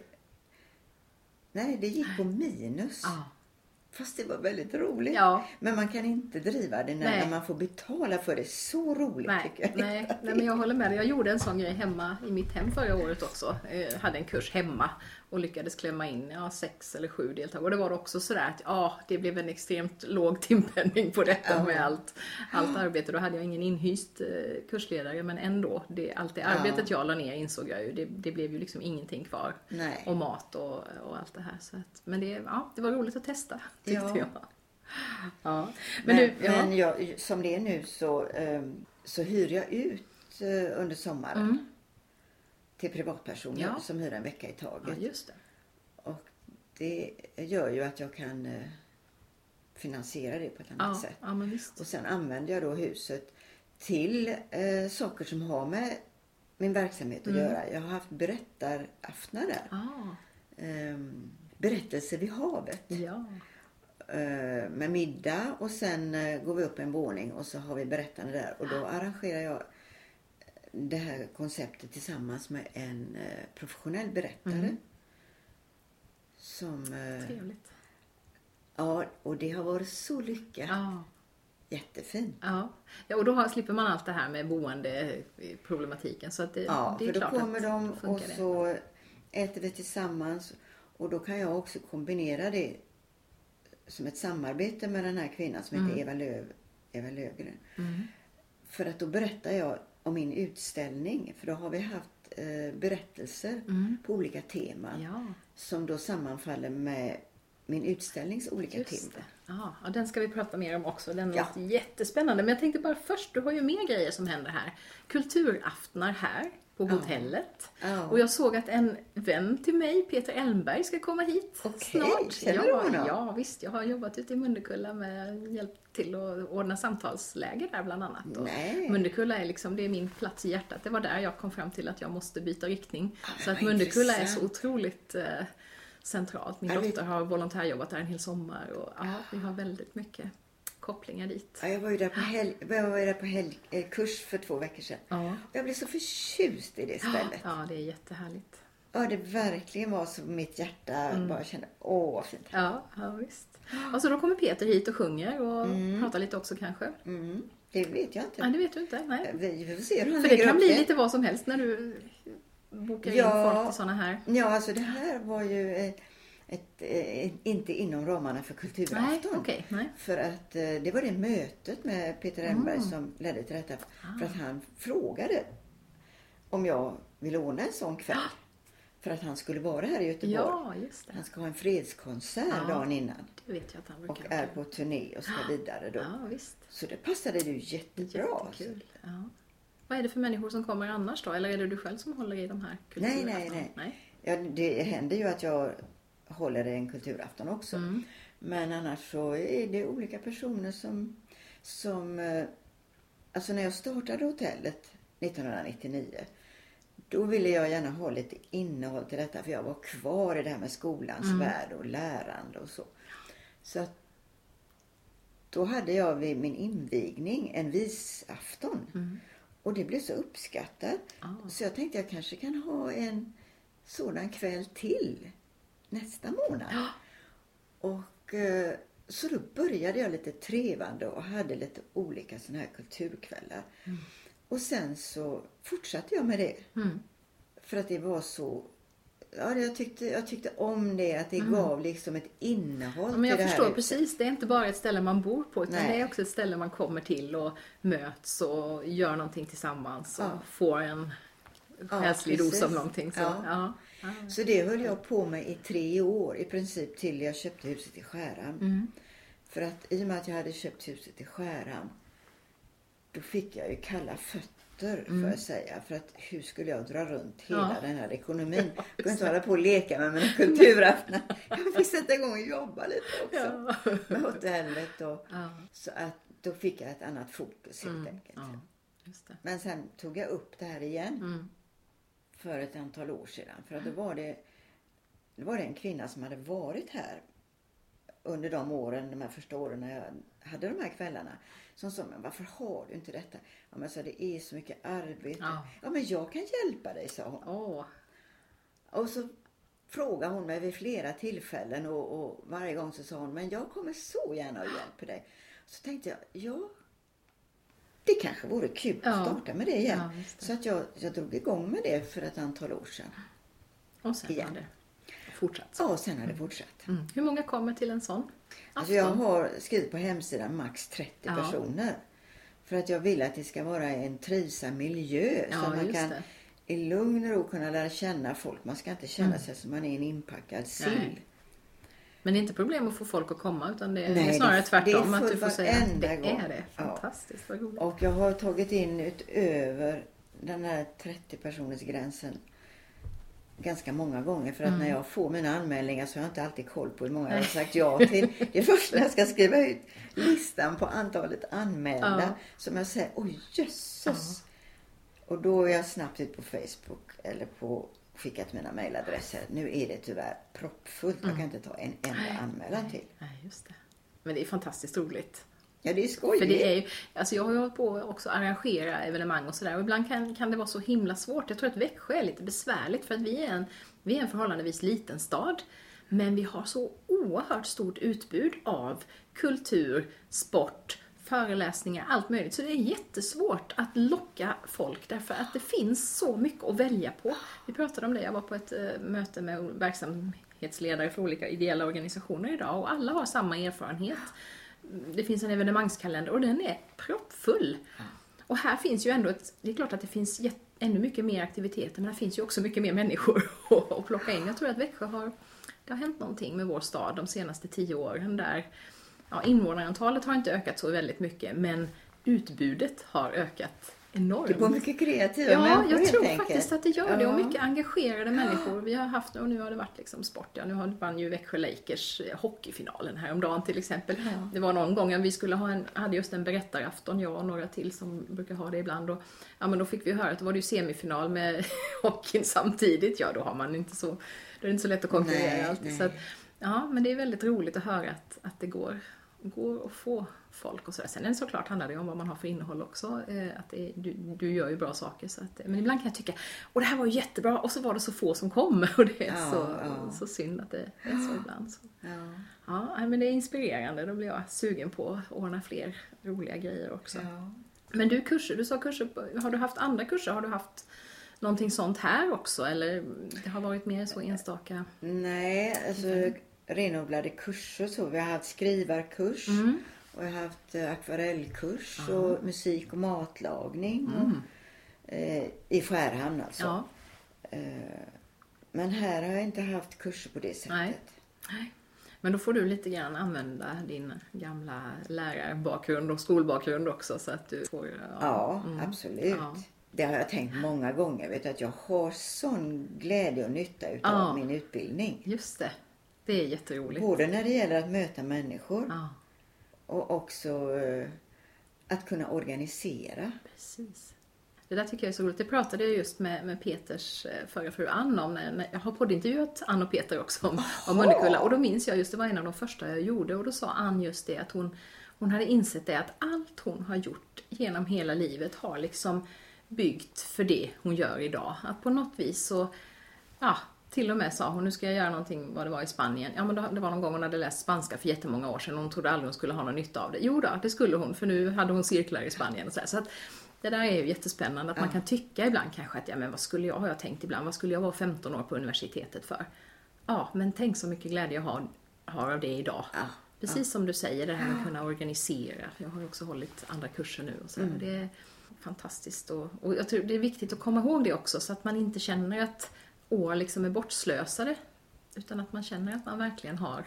S2: nej, det gick på minus.
S1: Ja.
S2: Fast det var väldigt roligt.
S1: Ja.
S2: Men man kan inte driva det när,
S1: Nej.
S2: när man får betala för det. Så roligt
S1: Nej,
S2: tycker jag.
S1: nej, nej, men jag håller med dig. Jag gjorde en sån grej hemma i mitt hem förra året också. Jag hade en kurs hemma och lyckades klämma in ja, sex eller sju deltagare. Och det var också sådär att ja, det blev en extremt låg timpenning på detta
S2: Ja.
S1: med allt, allt arbete. Då hade jag ingen inhyst eh, kursledare, men ändå, det, allt det arbetet jag la ner insåg jag ju, det, det blev ju liksom ingenting kvar.
S2: Nej.
S1: Och mat och, och allt det här. Så att, men det, ja, det var roligt att testa, tyckte
S2: Ja.
S1: jag. Ja.
S2: Men,
S1: Men, du, ja.
S2: men jag, som det är nu så, um, så hyr jag ut uh, under sommaren
S1: Mm.
S2: till privatpersoner
S1: Ja.
S2: som hyr en vecka i
S1: Ja,
S2: taget.
S1: just det.
S2: Och det gör ju att jag kan uh, finansiera det på ett annat
S1: Ja,
S2: sätt.
S1: ja, men visst.
S2: Och sen använder jag då huset till uh, saker som har med min verksamhet att
S1: Mm.
S2: göra. Jag har haft berättaraftnar där.
S1: Ah.
S2: Um, berättelser vid havet.
S1: Ja.
S2: Uh, med middag och sen uh, går vi upp en våning och så har vi berättande där. Och då arrangerar jag det här konceptet tillsammans med en uh, professionell berättare.
S1: Mm.
S2: Som... Uh,
S1: Trevligt.
S2: Ja, och det har varit så lyckat.
S1: Ja.
S2: Jättefint.
S1: Ja. Ja, och då har, slipper man allt det här med boendeproblematiken. Så att det,
S2: ja,
S1: det är
S2: för då
S1: klart
S2: kommer
S1: att
S2: de
S1: då
S2: och
S1: funkar
S2: så
S1: det.
S2: äter vi tillsammans. Och då kan jag också kombinera det som ett samarbete med den här kvinnan som
S1: Mm.
S2: heter Eva, Löv, Eva Lövgren.
S1: Mm.
S2: För att då berättar jag om min utställning. För då har vi haft eh, berättelser
S1: Mm.
S2: på olika teman.
S1: Ja.
S2: Som då sammanfaller med min utställnings olika
S1: Just
S2: teman.
S1: det. Ja, och den ska vi prata mer om också. Den
S2: Ja.
S1: låter jättespännande. Men jag tänkte bara först, du har ju mer grejer som händer här. Kulturaftnar här på
S2: Ja.
S1: hotellet.
S2: Ja.
S1: Och jag såg att en vän till mig, Peter Elmberg, ska komma hit
S2: Okej,
S1: snart.
S2: känner
S1: ja,
S2: du honom?
S1: Ja, visst. Jag har jobbat ute i Mundekulla med hjälp till att ordna samtalsläger där bland annat. Och
S2: Nej.
S1: Mundekulla är liksom, det är min plats i hjärtat. Det var där jag kom fram till att jag måste byta riktning.
S2: Ja,
S1: så att
S2: vad
S1: Mundekulla är så
S2: intressant.
S1: otroligt eh, centralt. Min
S2: Jag vet-
S1: dotter har volontärjobbat där en hel sommar och ja, vi har väldigt mycket kopplingar dit.
S2: Ja, jag var ju där på, helg, jag var ju där på helg, eh, kurs för två veckor sedan.
S1: Ja.
S2: Och jag blev så förtjust i det stället.
S1: Ja, det är jättehärligt.
S2: Ja, det verkligen var så mitt hjärta
S1: Mm.
S2: bara kände, åh vad fint.
S1: Ja, ja visst. Och så då kommer Peter hit och sjunger och
S2: Mm.
S1: pratar lite också kanske.
S2: Mm, det vet jag inte.
S1: Nej, det vet du inte. Nej.
S2: Vi vi får se hur han
S1: För det
S2: lägger
S1: kan
S2: upp
S1: bli
S2: det.
S1: lite vad som helst när du bokar in
S2: Ja.
S1: folk till såna här.
S2: Ja, alltså det här var ju ett, ett, ett, inte inom ramarna för
S1: Nej,
S2: kulturafton.
S1: okej. Nej.
S2: För att eh, det var det mötet med Peter Elmberg
S1: Mm.
S2: som ledde till detta.
S1: Ah.
S2: För att han frågade om jag ville ordna en sån kväll. För att han skulle vara här i Göteborg.
S1: Ja, just det.
S2: Han ska ha en fredskonsert
S1: Ja.
S2: dagen innan.
S1: Det vet jag att han
S2: Och
S1: brukar
S2: är på turné och ska vidare då.
S1: Ja, visst.
S2: Så det passade ju jättebra.
S1: Jättekul. Ja. Vad är det för människor som kommer annars då? Eller är det du själv som håller i de här
S2: Nej, nej,
S1: kulturafton?
S2: nej. Ja, det händer ju att jag håller en kulturafton också.
S1: Mm.
S2: Men annars så är det olika personer som... som eh, alltså när jag startade hotellet nittonhundranittionio. Då ville jag gärna ha lite innehåll till detta. För jag var kvar i det här med skolans
S1: Mm.
S2: värld och lärande och så. Så att då hade jag vid min invigning en visafton.
S1: Mm.
S2: Och det blev så uppskattat.
S1: Ah.
S2: Så jag tänkte jag kanske kan ha en sådan kväll till nästa månad.
S1: Ja.
S2: Och eh, så då började jag lite trevande och hade lite olika såna här kulturkvällar.
S1: Mm.
S2: Och sen så fortsatte jag med det.
S1: Mm.
S2: För att det var så... Ja, jag tyckte, jag tyckte om det. Att det
S1: Mm.
S2: gav liksom ett innehåll
S1: Ja, men jag
S2: till det
S1: förstår
S2: här.
S1: precis. Det är inte bara ett ställe man bor på. Utan
S2: Nej.
S1: det är också ett ställe man kommer till och möts och gör någonting tillsammans. Och
S2: Ja.
S1: får en
S2: Ja,
S1: själslig dos
S2: precis.
S1: av någonting. Så,
S2: Ja.
S1: ja. Ja.
S2: Så det höll jag på med i tre år. I princip till jag köpte huset i Skärhamn.
S1: Mm.
S2: För att i och med att jag hade köpt huset i Skärhamn. Då fick jag ju kalla fötter.
S1: Mm.
S2: Får jag säga. För att hur skulle jag dra runt hela
S1: Ja.
S2: den här ekonomin. Jag kunde inte hålla på och leka med mina kulturaftnar. Jag fick sätta igång och jobba lite också.
S1: Ja.
S2: Med hotellet. Och,
S1: Ja.
S2: så att då fick jag ett annat fokus helt
S1: Mm.
S2: enkelt.
S1: Ja, just det.
S2: Men sen tog jag upp det här igen.
S1: Mm.
S2: För ett antal år sedan. För att då var det, det var det en kvinna som hade varit här. Under de åren, de här första åren när jag hade de här kvällarna. Som sa, men varför har du inte detta? Ja, men så det är så mycket arbete.
S1: Ja.
S2: Ja, men jag kan hjälpa dig, sa hon.
S1: Åh.
S2: Och så frågade hon mig vid flera tillfällen. Och, och varje gång så sa hon, men jag kommer så gärna och hjälper dig. Så tänkte jag, ja. Det kanske vore kul
S1: Ja.
S2: att starta med det igen.
S1: Ja, just det.
S2: Så att jag, jag drog igång med det för ett antal år sedan.
S1: Och sen
S2: Igen.
S1: har det fortsatt.
S2: Ja, och sen har det fortsatt.
S1: Mm. Hur många kommer till en sån
S2: Alltså jag
S1: afton?
S2: har skrivit på hemsidan max trettio
S1: Ja.
S2: personer. För att jag vill att det ska vara en trivsam miljö.
S1: Ja,
S2: så att man
S1: just
S2: kan
S1: det.
S2: i lugn och ro kunna lära känna folk. Man ska inte känna
S1: Mm.
S2: sig som man är en inpackad sill.
S1: Nej. Men det är inte problem att få folk att komma utan det är
S2: Nej,
S1: snarare
S2: det-
S1: tvärtom
S2: det är
S1: att du
S2: fullt
S1: får säga att
S2: varenda
S1: det
S2: gång.
S1: är det.
S2: Ja.
S1: Fantastiskt, vad roligt.
S2: Och jag har tagit in utöver den här trettio personers gränsen ganska många gånger. För att
S1: Mm.
S2: när jag får mina anmälningar så har jag inte alltid koll på hur många jag har sagt ja till. Det är först när jag ska skriva ut listan på antalet anmälda
S1: Ja.
S2: som jag säger, oj jösses. Och då är jag snabbt ut på Facebook eller på skickat mina mejladresser. Nu är det tyvärr proppfullt.
S1: Mm.
S2: Jag kan inte ta en enda anmälan
S1: nej,
S2: till.
S1: Nej, just det. Men det är fantastiskt roligt.
S2: Ja, det är skojigt.
S1: För det är ju, alltså jag har ju hållit på också arrangera evenemang och sådär. Och ibland kan, kan det vara så himla svårt. Jag tror att Växjö är lite besvärligt för att vi är en, vi är en förhållandevis liten stad. Men vi har så oerhört stort utbud av kultur, sport, föreläsningar, allt möjligt. Så det är jättesvårt att locka folk därför att det finns så mycket att välja på. Vi pratade om det, jag var på ett uh, möte med verksamhetsledare för olika ideella organisationer idag och alla har samma erfarenhet. Det finns en evenemangskalender och den är proppfull. Och här finns ju ändå ett, det är klart att det finns jätt, ännu mycket mer aktiviteter, men det finns ju också mycket mer människor att plocka in. Jag tror att Växjö har, det har hänt någonting med vår stad de senaste tio åren där, ja, invånarantalet har inte ökat så väldigt mycket, men utbudet har ökat enormt.
S2: Det är på mycket kreativa
S1: ja,
S2: människor.
S1: jag tror
S2: helt
S1: faktiskt att det gör
S2: ja.
S1: det. Och mycket engagerade människor. Vi har haft, och nu har det varit liksom sport. Ja, nu har vann ju Växjö Lakers hockeyfinalen häromdagen till exempel. Ja. Det var någon gång vi skulle ha en, hade just en berättarafton, jag och några till som brukar ha det ibland. Och, ja, men då fick vi höra att det var ju semifinal med hockeyn samtidigt. Ja, då har man inte så, då är det inte så lätt att konkurrera
S2: nej,
S1: alltid.
S2: nej.
S1: Så att, ja, men det är väldigt roligt att höra att, att det går, går att få folk och sådär. Sen är det såklart handlar det om vad man har för innehåll också. Eh, att det är, du, du gör ju bra saker. Så att, men ibland kan jag tycka, och det här var ju jättebra och så var det så få som kom. Och det är
S2: ja,
S1: så,
S2: ja.
S1: så synd att det är så ibland. Så.
S2: Ja.
S1: Ja, men det är inspirerande. Då blir jag sugen på att ordna fler roliga grejer också.
S2: Ja.
S1: Men du kurser, du sa kurser, har du haft andra kurser? Har du haft någonting sånt här också? Eller det har varit mer så enstaka?
S2: Nej, alltså mm. renodlade kurser så. Vi har haft skrivarkurs.
S1: Mm.
S2: Och jag har haft akvarellkurs
S1: Aha.
S2: och musik och matlagning.
S1: Mm.
S2: Och, eh, i Skärhamn alltså.
S1: Ja.
S2: Eh, men här har jag inte haft kurser på det sättet.
S1: Nej. Nej. Men då får du lite grann använda din gamla lärarbakgrund och skolbakgrund också. Så att du får,
S2: ja,
S1: ja
S2: mm. absolut.
S1: Ja.
S2: Det har jag tänkt många gånger. Vet du, att jag har sån glädje och nytta utav
S1: Ja.
S2: min utbildning.
S1: Just det. Det är jätteroligt.
S2: Både när det gäller att möta människor.
S1: Ja.
S2: Och också eh, att kunna organisera.
S1: Precis. Det där tycker jag är så roligt. Det pratade jag just med, med Peters förra fru Ann om. När, när jag har poddintervjuat Ann och Peter också om, om Munnekulla. Och då minns jag just, det var en av de första jag gjorde. Och då sa Ann just det att hon, hon hade insett det att allt hon har gjort genom hela livet har liksom byggt för det hon gör idag. Att på något vis så, ja, till och med sa hon, nu ska jag göra någonting, vad det var i Spanien. Ja, men då, det var någon gång hon hade läst spanska för jättemånga år sedan och hon trodde aldrig hon skulle ha någon nytta av det. Jo då, det skulle hon, för nu hade hon cirklar i Spanien och så här. Så att det där är ju jättespännande, att ja. man kan tycka ibland kanske att, ja men vad skulle jag, har jag tänkt ibland, vad skulle jag vara femton år på universitetet för? Ja, men tänk så mycket glädje jag har, har av det idag. Ja. Precis ja. som du säger, det här med att kunna organisera. Jag har ju också hållit andra kurser nu och så. Mm. Det är fantastiskt och, och jag tror det är viktigt att komma ihåg det också, så att man inte känner att år liksom är bortslösade, utan att man känner att man verkligen har,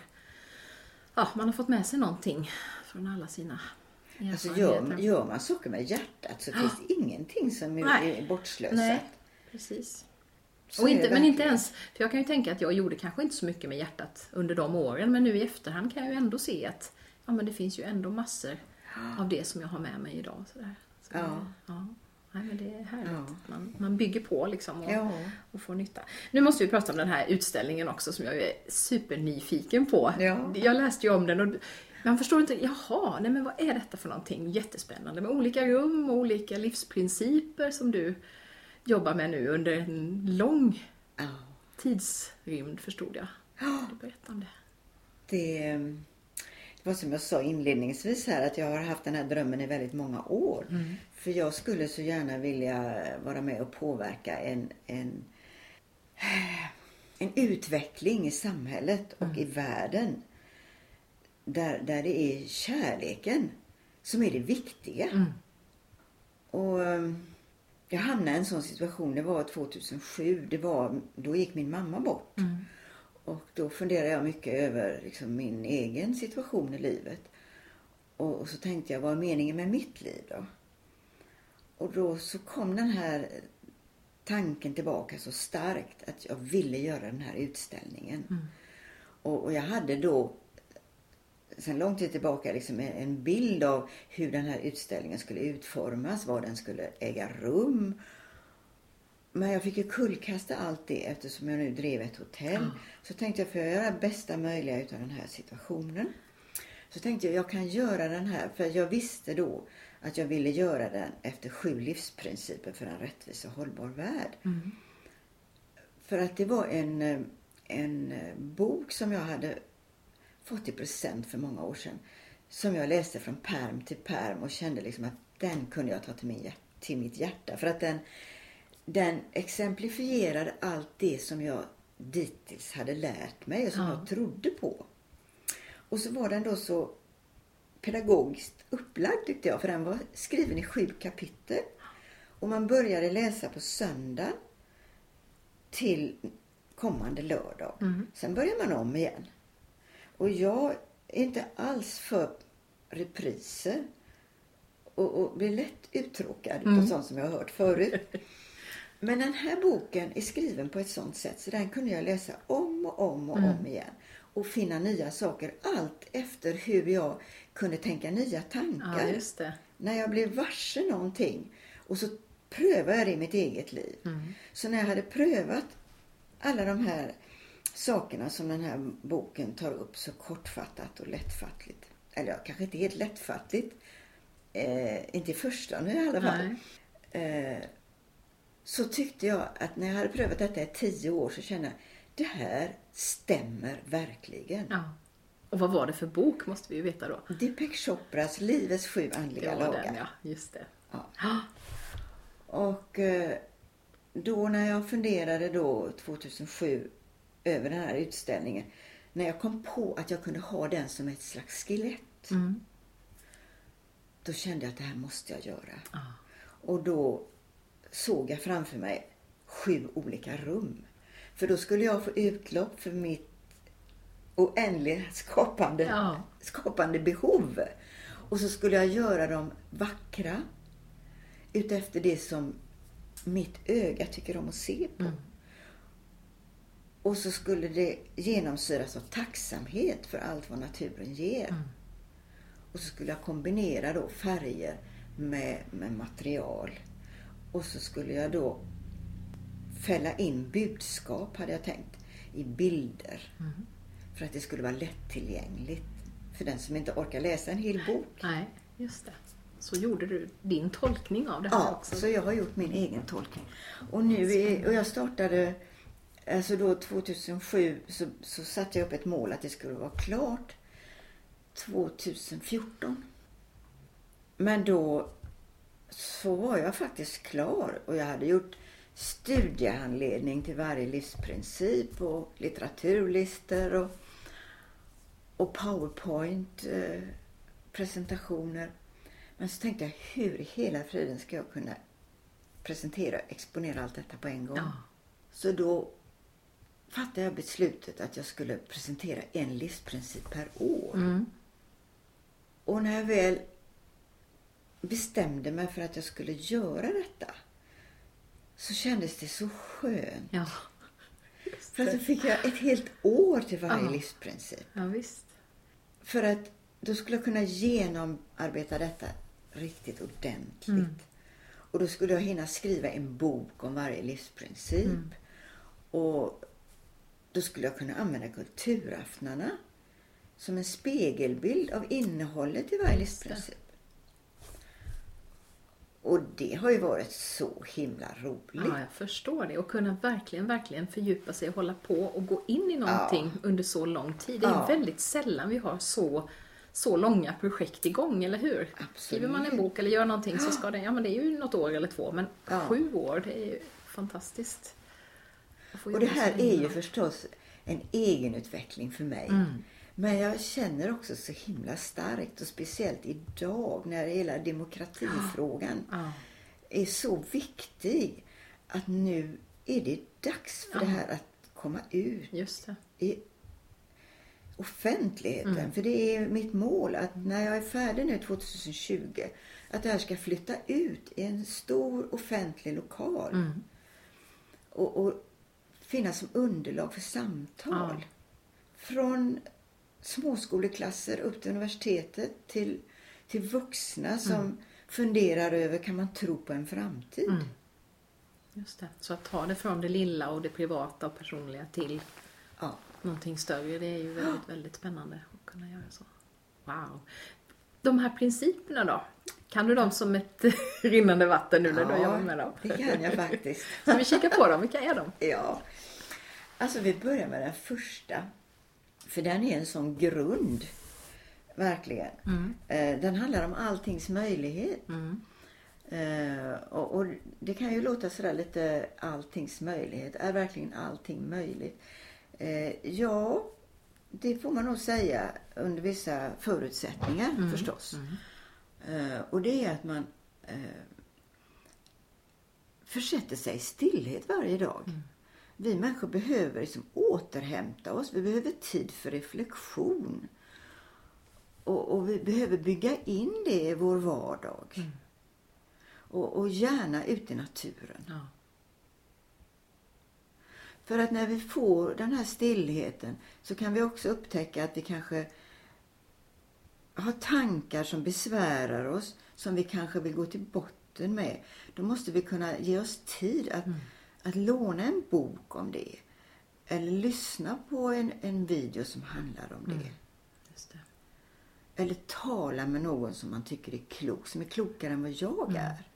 S1: ja, man har fått med sig någonting från alla sina
S2: erfarenheter. Alltså gör, gör man saker med hjärtat så ja. finns det ingenting som är, är bortslösat. Nej,
S1: precis. Och inte, men inte ens, för jag kan ju tänka att jag gjorde kanske inte så mycket med hjärtat under de åren, men nu i efterhand kan jag ju ändå se att ja, men det finns ju ändå massor av det som jag har med mig idag. Sådär. Så,
S2: ja.
S1: ja. Nej, men det är härligt.
S2: Ja.
S1: Man, man bygger på liksom och,
S2: ja.
S1: och får nytta. Nu måste vi prata om den här utställningen också som jag är supernyfiken på.
S2: Ja.
S1: Jag läste ju om den och man förstår inte, jaha, nej men vad är detta för någonting jättespännande med olika rum och olika livsprinciper som du jobbar med nu under en lång
S2: ja.
S1: tidsrymd, förstod jag.
S2: Ja.
S1: Du berättar om det.
S2: Det, det var som jag sa inledningsvis här, att jag har haft den här drömmen i väldigt många år.
S1: Mm.
S2: För jag skulle så gärna vilja vara med och påverka en, en, en utveckling i samhället och mm. i världen. Där, där det är kärleken som är det viktiga.
S1: Mm.
S2: Och jag hamnade i en sån situation, det var tjugohundrasju, det var, då gick min mamma bort.
S1: Mm.
S2: Och då funderade jag mycket över liksom, min egen situation i livet. Och, och så tänkte jag, vad är meningen med mitt liv då? Och då så kom den här tanken tillbaka så starkt att jag ville göra den här utställningen.
S1: Mm.
S2: Och, och jag hade då sen lång tid tillbaka liksom en bild av hur den här utställningen skulle utformas, var den skulle äga rum. Men jag fick ju kullkasta allt det eftersom jag nu drev ett hotell. Mm. Så tänkte jag, för att göra bästa möjliga utav den här situationen. Så tänkte jag, jag kan göra den här, för jag visste då att jag ville göra den efter sju livsprinciper för en rättvis och hållbar värld. Mm. För att det var en, en bok som jag hade fått i present för många år sedan. Som jag läste från pärm till pärm och kände liksom att den kunde jag ta till, min, till mitt hjärta. För att den, den exemplifierade allt det som jag dittills hade lärt mig och som ja. jag trodde på. Och så var den då så pedagogiskt upplagd tyckte jag. För den var skriven i sju kapitel. Och man började läsa på söndag till kommande lördag. Mm. Sen börjar man om igen. Och jag är inte alls för repriser. Och, och blir lätt uttråkad mm. på sånt som jag har hört förut. Men den här boken är skriven på ett sånt sätt. Så den kunde jag läsa om och om och mm. om igen. Och finna nya saker. Allt efter hur jag kunde tänka nya tankar.
S1: Ja, just det.
S2: När jag blev varse någonting. Och så prövade jag det i mitt eget liv. Mm. Så när jag hade prövat alla de här sakerna som den här boken tar upp så kortfattat och lättfattligt. Eller ja, kanske inte helt lättfattligt. Eh, inte i första nu i alla fall. Eh, så tyckte jag att när jag hade prövat detta i tio år så kände jag det här stämmer verkligen.
S1: Ja. Och vad var det för bok måste vi ju veta då?
S2: Deepak Chopras Livets sju andliga
S1: det var
S2: lagar.
S1: Den, ja, just det.
S2: Ja. Och eh, då när jag funderade då tjugohundrasju över den här utställningen. När jag kom på att jag kunde ha den som ett slags skelett. Mm. Då kände jag att det här måste jag göra. Ah. Och då såg jag framför mig sju olika rum. För då skulle jag få utlopp för mitt oändliga skapande, ja. skapande behov. Och så skulle jag göra dem vackra. Utefter det som mitt öga tycker om att se på. Mm. Och så skulle det genomsyras av tacksamhet för allt vad naturen ger. Mm. Och så skulle jag kombinera då färger med, med material. Och så skulle jag då fälla in budskap, hade jag tänkt, i bilder. Mm. För att det skulle vara lättillgängligt för den som inte orkar läsa en hel bok.
S1: Nej, just det. Så gjorde du din tolkning av det här
S2: ja,
S1: också.
S2: Ja, så jag har gjort min egen tolkning. Och nu är, och jag startade, alltså då tjugohundrasju så, så satte jag upp ett mål att det skulle vara klart tjugohundrafjorton. Men då så var jag faktiskt klar och jag hade gjort studiehandledning till varje livsprincip och litteraturlistor och, och PowerPoint eh, presentationer. Men så tänkte jag, hur i hela friden ska jag kunna presentera och exponera allt detta på en gång? Ja. Så då fattade jag beslutet att jag skulle presentera en livsprincip per år. Mm. Och när jag väl bestämde mig för att jag skulle göra detta så kändes det så skönt. Ja. För att då fick jag ett helt år till varje ja. livsprincip.
S1: Ja, visst.
S2: För att då skulle jag kunna genomarbeta detta riktigt ordentligt. Mm. Och då skulle jag hinna skriva en bok om varje livsprincip. Mm. Och då skulle jag kunna använda kulturaftnarna som en spegelbild av innehållet i varje livsprincip. Och det har ju varit så himla roligt.
S1: Ja, jag förstår det. Och kunna verkligen, verkligen fördjupa sig och hålla på och gå in i någonting ja. under så lång tid. Det är ja. väldigt sällan vi har så, så långa projekt igång, eller hur?
S2: Absolut.
S1: Skriver man en bok eller gör någonting så ska det, ja men det är ju något år eller två. Men ja. sju år, det är ju fantastiskt.
S2: Och det här är ju förstås en egenutveckling för mig. Mm. Men jag känner också så himla starkt och speciellt idag när hela demokratifrågan ja. är så viktig att nu är det dags för ja. det här att komma ut
S1: Just det.
S2: i offentligheten. Mm. För det är mitt mål att när jag är färdig nu tjugohundratjugo att det här ska flytta ut i en stor offentlig lokal. Mm. Och, och finnas som underlag för samtal. Ja. Från småskoleklasser upp till universitetet till, till vuxna som mm. funderar över, kan man tro på en framtid? Mm.
S3: Just det. Så att ta det från det lilla och det privata och personliga till
S2: Ja.
S3: någonting större, det är ju väldigt, väldigt spännande att kunna göra så. Wow. De här principerna då? Kan du dem som ett rinnande vatten nu när du jobbar med dem?
S2: Det kan jag faktiskt.
S3: Så vi kikar på dem, vilka är de?
S2: Ja. Alltså vi börjar med den första. För den är en sån grund. Verkligen.
S3: Mm.
S2: Den handlar om alltings möjlighet.
S3: Mm.
S2: Uh, och, och det kan ju låta sådär lite alltings möjlighet. Är verkligen allting möjligt? Uh, ja, det får man nog säga under vissa förutsättningar
S3: Mm.
S2: förstås.
S3: Mm.
S2: Uh, och det är att man uh, försätter sig i stillhet varje dag. Mm. Vi människor behöver liksom återhämta oss. Vi behöver tid för reflektion. Och, och vi behöver bygga in det i vår vardag. Mm. Och, och gärna ute i naturen.
S3: Ja.
S2: För att när vi får den här stillheten så kan vi också upptäcka att vi kanske har tankar som besvärar oss. Som vi kanske vill gå till botten med. Då måste vi kunna ge oss tid att, mm. att låna en bok om det. Eller lyssna på en, en video som handlar om det.
S3: Mm. Just det.
S2: Eller tala med någon som man tycker är klok. Som är klokare än vad jag är. Mm.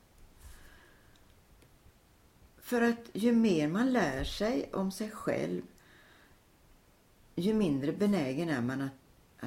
S2: För att ju mer man lär sig om sig själv. Ju mindre benägen är man att, att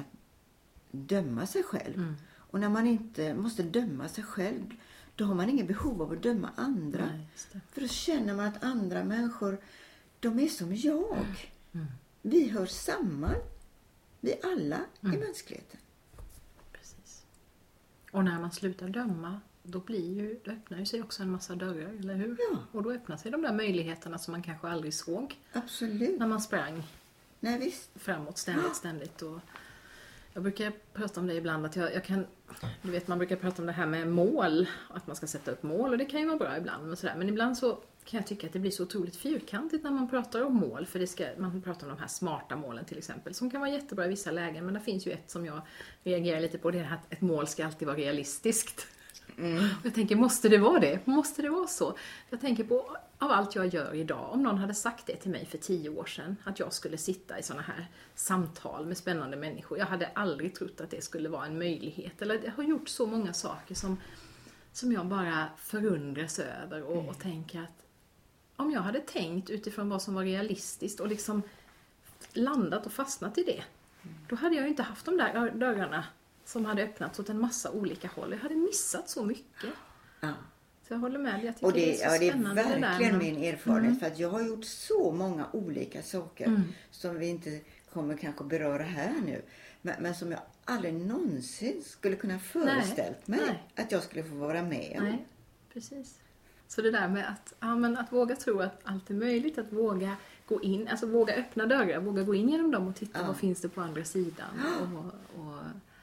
S2: döma sig själv. Mm. Och när man inte måste döma sig själv. Då har man ingen behov av att döma andra.
S3: Nej, just det.
S2: För då känner man att andra människor. De är som jag. Mm. Mm. Vi hör samman. Vi alla mm. i mänskligheten.
S3: Precis. Och när man slutar döma. Då, blir ju, då öppnar ju sig också en massa dörrar, eller hur?
S2: Ja.
S3: Och då öppnar sig de där möjligheterna som man kanske aldrig såg.
S2: Absolut.
S3: När man sprang
S2: Nej, visst.
S3: framåt ständigt, ja. ständigt. Och jag brukar prata om det ibland att jag, jag kan, du vet man brukar prata om det här med mål. Att man ska sätta upp mål och det kan ju vara bra ibland. Men, sådär. men ibland så kan jag tycka att det blir så otroligt fyrkantigt när man pratar om mål. För det ska, man pratar om de här smarta målen till exempel. Som kan vara jättebra i vissa lägen. Men det finns ju ett som jag reagerar lite på. Det är att ett mål ska alltid vara realistiskt. Mm. Och jag tänker, måste det vara det? Måste det vara så? Jag tänker på, av allt jag gör idag, om någon hade sagt det till mig för tio år sedan, att jag skulle sitta i såna här samtal med spännande människor. Jag hade aldrig trott att det skulle vara en möjlighet. Eller jag har gjort så många saker som, som jag bara förundras över och, mm. och tänker att om jag hade tänkt utifrån vad som var realistiskt och liksom landat och fastnat i det, mm. då hade jag ju inte haft de där dörrarna som hade öppnats åt en massa olika håll. Jag hade missat så mycket. Ja. Så jag håller med dig. Jag tycker
S2: och det,
S3: det är så
S2: ja, det är
S3: spännande
S2: verkligen
S3: det där.
S2: min erfarenhet.
S3: Mm.
S2: För att jag har gjort så många olika saker. Mm. Som vi inte kommer kanske beröra här nu. Men, men som jag aldrig någonsin skulle kunna föreställt mig. Nej. Att jag skulle få vara med om.
S3: Nej, precis. Så det där med att, ja, men att våga tro att allt är möjligt. Att våga gå in. Alltså våga öppna dörrar. Våga gå in genom dem och titta ja. vad finns det på andra sidan. Och... och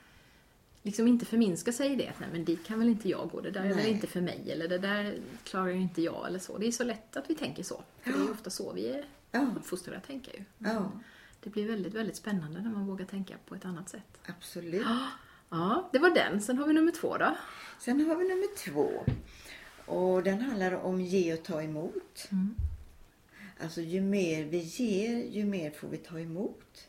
S3: liksom inte förminska sig i det. Nej, men dit kan väl inte jag gå. Det där är väl inte för mig. Eller det där klarar ju inte jag. Eller så. Det är så lätt att vi tänker så. För ja. det är ofta så vi är ja. uppfostrade att tänka ju.
S2: Ja.
S3: Det blir väldigt, väldigt spännande när man vågar tänka på ett annat sätt.
S2: Absolut.
S3: Ja, det var den. Sen har vi nummer två då.
S2: Sen har vi nummer två. Och den handlar om ge och ta emot. Mm. Alltså ju mer vi ger, ju mer får vi ta emot.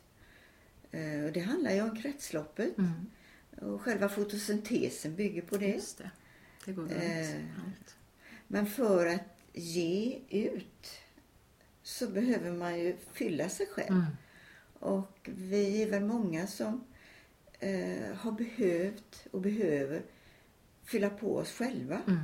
S2: Och det handlar ju om kretsloppet. Mm. Och själva fotosyntesen bygger på det.
S3: Just det. Det går väldigt eh,
S2: Men för att ge ut så behöver man ju fylla sig själv. Mm. Och vi är väl många som eh, har behövt och behöver fylla på oss själva. Mm.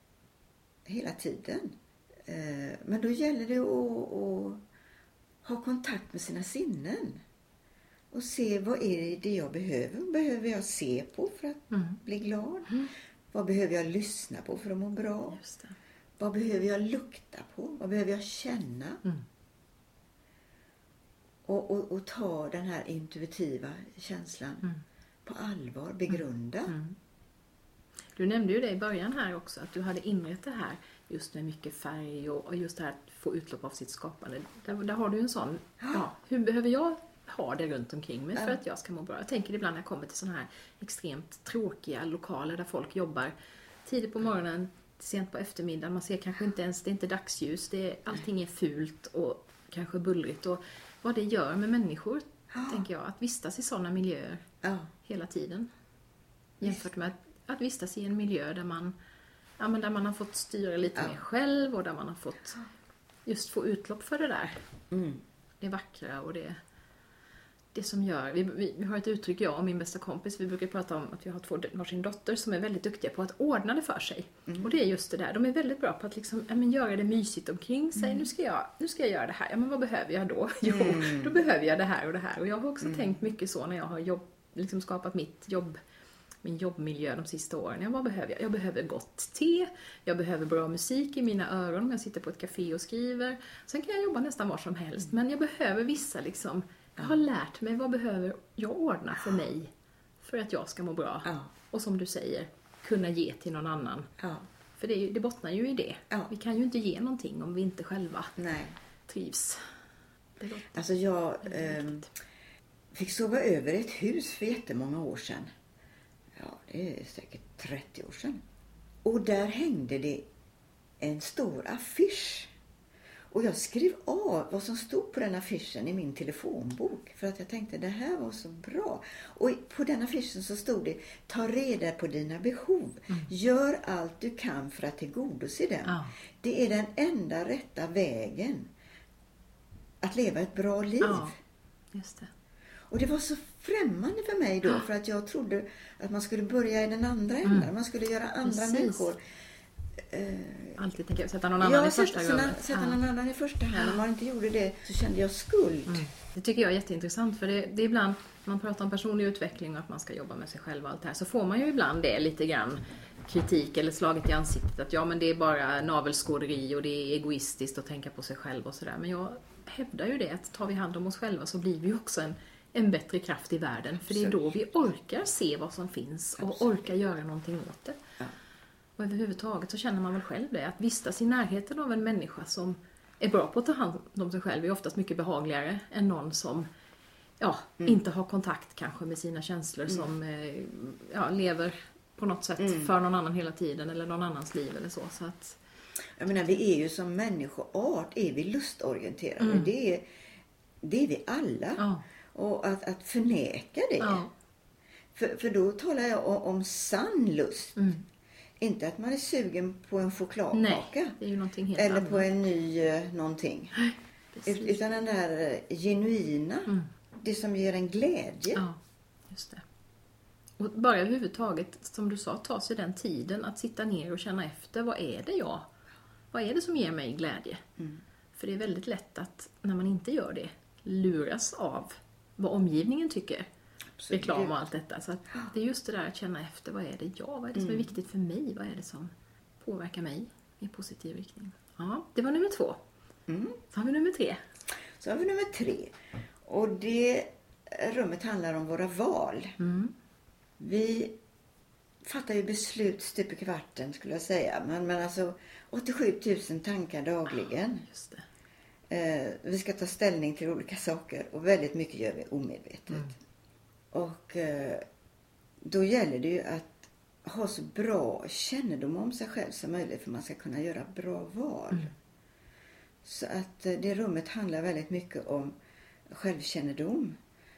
S2: Hela tiden. Eh, men då gäller det att, att ha kontakt med sina sinnen. Och se vad är det jag behöver. Vad behöver jag se på för att mm. bli glad? Mm. Vad behöver jag lyssna på för att må bra?
S3: Just det.
S2: Vad behöver jag lukta på? Vad behöver jag känna? Mm. Och, och, och ta den här intuitiva känslan mm. på allvar. Begrunda. Mm. Mm.
S3: Du nämnde ju det i början här också. Att du hade inrett det här just med mycket färg. Och, och just det här att få utlopp av sitt skapande. Där, där har du en sån. Ja, hur behöver jag ha det runt omkring mig för ja. att jag ska må bra. Jag tänker ibland när jag kommer till såna här extremt tråkiga lokaler där folk jobbar tidigt på morgonen sent på eftermiddagen. Man ser kanske inte ens, det är inte dagsljus. Det är, allting är fult och kanske bullrigt. Och vad det gör med människor, ja. tänker jag. Att vistas i sådana miljöer ja. hela tiden. Jämfört med att, att vistas i en miljö där man, ja, men där man har fått styra lite ja. mer själv. Och där man har fått just få utlopp för det där. Mm. Det vackra och det... Det som gör, vi, vi, vi har ett uttryck, jag och min bästa kompis, vi brukar prata om att vi har två varsin dotter som är väldigt duktiga på att ordna det för sig. Mm. Och det är just det där, de är väldigt bra på att liksom, ja, men göra det mysigt omkring sig. Mm. Nu, ska jag, nu ska jag göra det här, ja men vad behöver jag då? Jo, mm. då behöver jag det här och det här. Och jag har också mm. tänkt mycket så när jag har jobb, liksom skapat mitt jobb, min jobbmiljö de sista åren. Ja, vad behöver jag? Jag behöver gott te, jag behöver bra musik i mina öron om jag sitter på ett café och skriver. Sen kan jag jobba nästan var som helst, men jag behöver vissa liksom... Jag har lärt mig vad behöver jag ordna för mig för att jag ska må bra. Ja. Och som du säger, kunna ge till någon annan. Ja. För det, är ju, det bottnar ju i det. Ja. Vi kan ju inte ge någonting om vi inte själva Nej. trivs. Det låter,
S2: alltså jag eh, fick sova över ett hus för jättemånga år sedan. Ja, det är säkert trettio år sedan. Och där hängde det en stor affisch. Och jag skrev av vad som stod på den affischen i min telefonbok. För att jag tänkte, det här var så bra. Och på den affischen så stod det, ta reda på dina behov. Mm. Gör allt du kan för att tillgodose dem. Ja. Det är den enda rätta vägen att leva ett bra liv.
S3: Ja, just det.
S2: Och det var så främmande för mig då. Ja. För att jag trodde att man skulle börja i den andra änden. Mm. Man skulle göra andra Precis. människor...
S3: Uh, Alltid tänker jag sätta någon annan ja, i första
S2: sätta,
S3: rummet.
S2: Sätta ja. någon annan i första hand. Om man inte gjorde det så kände jag skuld. Mm.
S3: Det tycker jag är jätteintressant. För det, det är ibland, när man pratar om personlig utveckling och att man ska jobba med sig själv och allt det här. Så får man ju ibland det lite grann kritik eller slaget i ansiktet. Att ja, men det är bara navelskåderi och det är egoistiskt att tänka på sig själv och sådär. Men jag hävdar ju det att tar vi hand om oss själva så blir vi också en, en bättre kraft i världen. För det är då vi orkar se vad som finns och Absolut. orkar göra någonting åt det. Ja. Och överhuvudtaget så känner man väl själv det. Att vistas i närheten av en människa som är bra på att ta hand om sig själv är oftast mycket behagligare än någon som ja, mm. inte har kontakt kanske med sina känslor. Mm. Som ja, lever på något sätt mm. för någon annan hela tiden eller någon annans liv eller så. så att...
S2: Jag menar, vi är ju som människoart, är vi lustorienterade. Mm. Det, är, det är vi alla. Ja. Och att, att förneka det. Ja. För, för då talar jag om, om sann lust. Mm. Inte att man är sugen på en chokladkaka.
S3: Nej, det är ju någonting helt
S2: eller
S3: annat.
S2: på en ny uh, någonting. Precis. Utan den där uh, genuina. Mm. Det som ger en glädje.
S3: Ja, just det. Och bara överhuvudtaget, som du sa, ta sig den tiden att sitta ner och känna efter. Vad är det jag? Vad är det som ger mig glädje? Mm. För det är väldigt lätt att när man inte gör det luras av vad omgivningen tycker. Absolut. Reklam och allt detta. Så att det är just det där att känna efter. Vad är det jag? Vad är det som är
S2: Mm.
S3: viktigt för mig? Vad är det som påverkar mig i positiv riktning? Ja, det var nummer två.
S2: Mm.
S3: Så har vi nummer tre.
S2: Så har vi nummer tre. Och det rummet handlar om våra val.
S3: Mm.
S2: Vi fattar ju beslut stup i kvarten skulle jag säga. Men, men alltså åttiosju tusen tankar dagligen.
S3: Ja, just det.
S2: Eh, vi ska ta ställning till olika saker. Och väldigt mycket gör vi omedvetet. Mm. Och eh, då gäller det ju att ha så bra kännedom om sig själv som möjligt. För man ska kunna göra bra val. Mm. Så att eh, det rummet handlar väldigt mycket om självkännedom.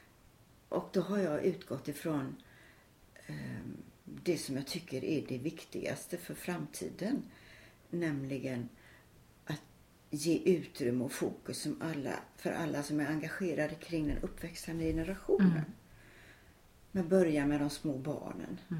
S2: Och då har jag utgått ifrån eh, det som jag tycker är det viktigaste för framtiden. Nämligen att ge utrymme och fokus som alla, för alla som är engagerade kring den uppväxande generationen. Mm. Men börja med de små barnen.
S3: Mm.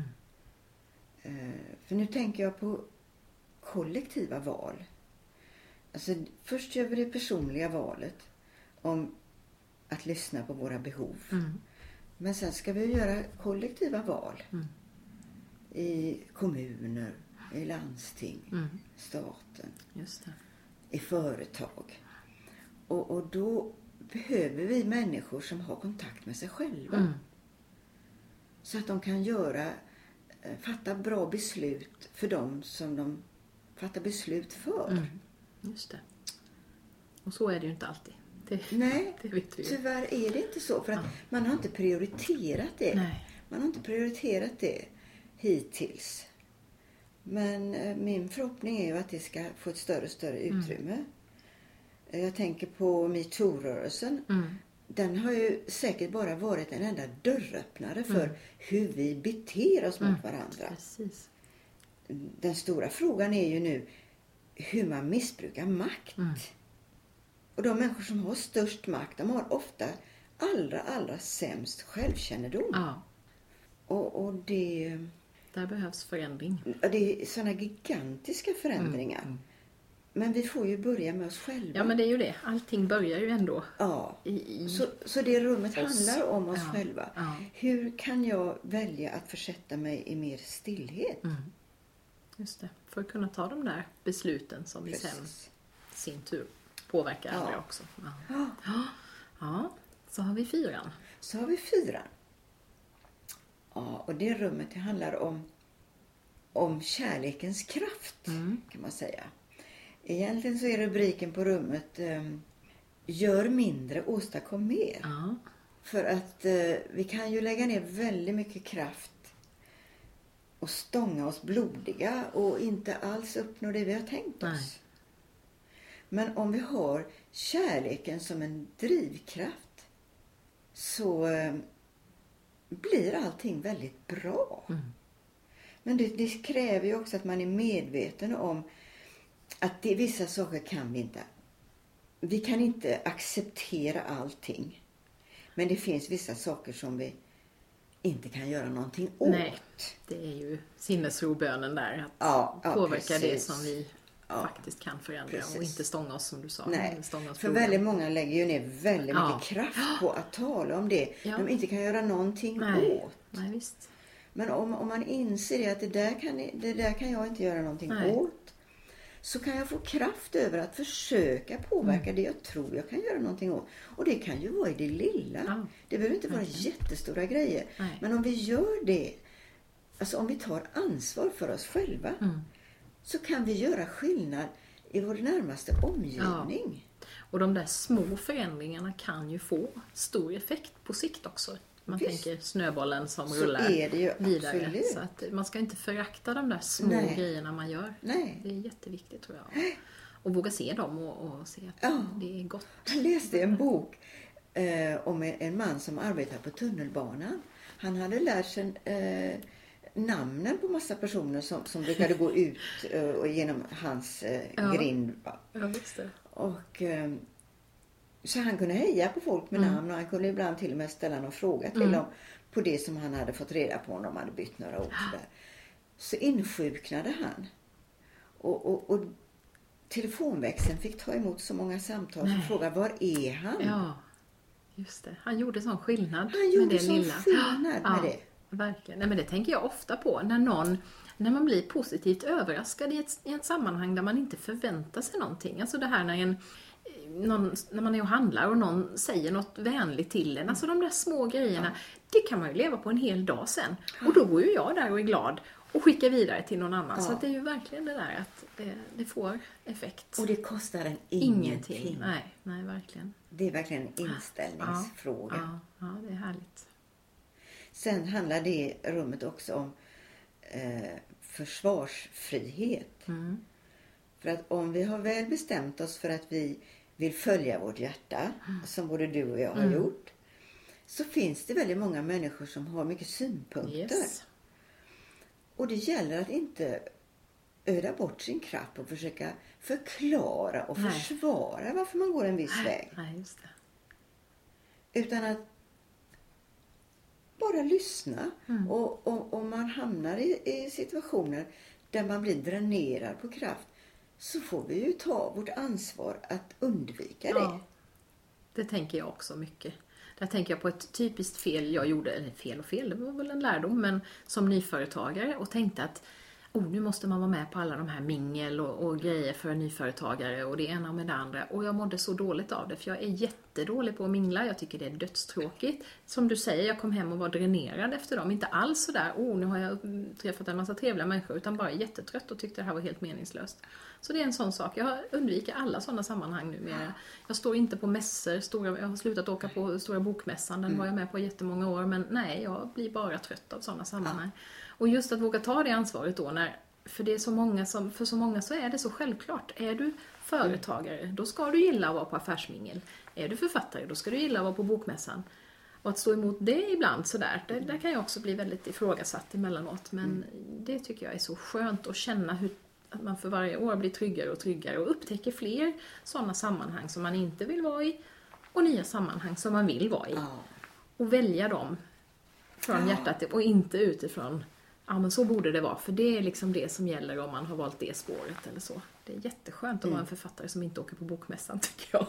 S2: Eh, för nu tänker jag på kollektiva val. Alltså, först gör vi det personliga valet om att lyssna på våra behov.
S3: Mm.
S2: Men sen ska vi göra kollektiva val.
S3: Mm.
S2: I kommuner, i landsting,
S3: mm.
S2: staten,
S3: Just det.
S2: i företag. Och, och då behöver vi människor som har kontakt med sig själva.
S3: Mm.
S2: Så att de kan göra, fatta bra beslut för dem som de fattar beslut för.
S3: Mm. Just det. Och så är det ju inte alltid. Det,
S2: Nej,
S3: det vet vi ju.
S2: Tyvärr är det inte så. För att ja. man har inte prioriterat det.
S3: Nej.
S2: Man har inte prioriterat det hittills. Men eh, min förhoppning är ju att det ska få ett större och större utrymme. Mm. Jag tänker på MeToo-rörelsen. Mm. Den har ju säkert bara varit en enda dörröppnare för mm. hur vi beter oss mot mm. varandra.
S3: Precis.
S2: Den stora frågan är ju nu hur man missbrukar makt. Mm. Och de människor som har störst makt, de har ofta allra, allra sämst självkännedom.
S3: Ja.
S2: Och, och det...
S3: Där behövs förändring.
S2: Det är sådana gigantiska förändringar. Mm. Mm. Men vi får ju börja med oss själva.
S3: Ja, men det är ju det. Allting börjar ju ändå.
S2: Ja.
S3: I, i
S2: så, så det rummet
S3: oss.
S2: handlar om oss
S3: ja.
S2: själva.
S3: Ja.
S2: Hur kan jag välja att försätta mig i mer stillhet?
S3: Mm. Just det. För att kunna ta de där besluten som
S2: Precis.
S3: sen sin tur påverkar
S2: ja.
S3: andra också. Ja.
S2: Ja.
S3: Ja. Ja, så har vi fyran.
S2: Så har vi fyran. Ja, och det rummet det handlar om om kärlekens kraft, mm. kan man säga. Egentligen så är rubriken på rummet um, gör mindre, åstadkom mer.
S3: Ja.
S2: För att uh, vi kan ju lägga ner väldigt mycket kraft och stånga oss blodiga och inte alls uppnå det vi har tänkt oss.
S3: Nej.
S2: Men om vi har kärleken som en drivkraft så uh, blir allting väldigt bra. Mm. Men det, det kräver ju också att man är medveten om att det, vissa saker kan vi inte. Vi kan inte acceptera allting. Men det finns vissa saker som vi inte kan göra någonting åt.
S3: Nej, det är ju sinnesrobönen där. Att
S2: ja, ja,
S3: påverka
S2: precis.
S3: det som vi ja, faktiskt kan förändra. Precis. Och inte stånga oss som du sa.
S2: Nej,
S3: stånga oss
S2: för väldigt många lägger ju ner väldigt
S3: ja.
S2: mycket kraft på att tala om det.
S3: Ja.
S2: De inte kan göra någonting
S3: Nej.
S2: åt.
S3: Nej, visst.
S2: Men om, om man inser det att det där, kan, det där kan jag inte göra någonting
S3: Nej.
S2: åt. Så kan jag få kraft över att försöka påverka mm. det jag tror jag kan göra någonting åt. Och det kan ju vara i det lilla.
S3: Ja.
S2: Det behöver inte vara
S3: Nej.
S2: jättestora grejer.
S3: Nej.
S2: Men om vi gör det, alltså om vi tar ansvar för oss själva. Mm. Så kan vi göra skillnad i vår närmaste omgivning.
S3: Ja. Och de där små förändringarna kan ju få stor effekt på sikt också. Man
S2: Visst.
S3: tänker snöbollen som
S2: så
S3: rullar
S2: är det ju
S3: vidare.
S2: Absolut.
S3: Så att man ska inte förakta de där små
S2: Nej.
S3: grejerna man gör.
S2: Nej.
S3: Det är jätteviktigt tror jag. Och våga se dem och, och se att
S2: ja.
S3: det är gott.
S2: Jag läste en bok eh, om en man som arbetar på tunnelbanan. Han hade lärt sig eh, namnen på massa personer som, som brukade gå ut eh, genom hans eh,
S3: ja.
S2: grind.
S3: Ja, visst det.
S2: Och... Eh, Så han kunde heja på folk med
S3: mm.
S2: namn och han kunde ibland till och med ställa någon fråga till mm. dem på det som han hade fått reda på om de hade bytt några ord. Sådär. Så insjuknade han. Och, och, och telefonväxeln fick ta emot så många samtal som frågade var är han?
S3: Ja, just det. Han gjorde sån skillnad
S2: han gjorde
S3: med det
S2: sån
S3: lilla.
S2: skillnad med
S3: ja,
S2: det.
S3: Verkligen. Nej, men det tänker jag ofta på när någon när man blir positivt överraskad i ett, i ett sammanhang där man inte förväntar sig någonting. Alltså det här när en Någon, när man är och handlar och någon säger något vänligt till en. Alltså de där små grejerna, ja. det kan man ju leva på en hel dag sen. Och då går ju jag där och är glad och skickar vidare till någon annan. Ja. Så att det är ju verkligen det där att det, det får effekt.
S2: Och det kostar en
S3: ingenting.
S2: ingenting.
S3: Nej, nej, verkligen.
S2: Det är verkligen en inställningsfråga.
S3: Ja, ja, ja, det är härligt.
S2: Sen handlar det rummet också om eh, försvarsfrihet. Mm. För att om vi har väl bestämt oss för att vi vill följa vårt hjärta, mm. som både du och jag har mm. gjort, så finns det väldigt många människor som har mycket synpunkter.
S3: Yes.
S2: Och det gäller att inte öda bort sin kraft och försöka förklara och Nej. försvara varför man går en viss
S3: Nej.
S2: väg.
S3: Nej, just
S2: det. Utan att bara lyssna. Mm. Och om man hamnar i, i situationer där man blir dränerad på kraft, så får vi ju ta vårt ansvar att undvika det.
S3: Ja, det tänker jag också mycket. Där tänker jag på ett typiskt fel jag gjorde, eller fel och fel, det var väl en lärdom, men som nyföretagare och tänkte att oh, nu måste man vara med på alla de här mingel och, och grejer för nyföretagare och det ena med det andra. Och jag mådde så dåligt av det, för jag är jättedålig på att mingla. Jag tycker det är dödstråkigt. Som du säger, jag kom hem och var dränerad efter dem. Inte alls så där, oh, nu har jag träffat en massa trevliga människor, utan bara jättetrött och tyckte det här var helt meningslöst. Så det är en sån sak. Jag undviker alla sådana sammanhang numera. Jag står inte på mässor, stora, jag har slutat åka på stora bokmässan, den mm. var jag med på jättemånga år, men nej, jag blir bara trött av sådana sammanhang. Ja. Och just att våga ta det ansvaret då när För det är så många som, för så många så är det så självklart. Är du företagare, då ska du gilla att vara på affärsmingel. Är du författare, då ska du gilla att vara på bokmässan. Och att stå emot det ibland sådär, det, där kan jag också bli väldigt ifrågasatt emellanåt. Men mm. det tycker jag är så skönt att känna hur att man för varje år blir tryggare och tryggare och upptäcker fler sådana sammanhang som man inte vill vara i och nya sammanhang som man vill vara i.
S2: Ja.
S3: Och välja dem från ja. hjärtat och inte utifrån ja men så borde det vara, för det är liksom det som gäller om man har valt det spåret eller så. Det är jätteskönt att mm. vara en författare som inte åker på bokmässan, tycker jag.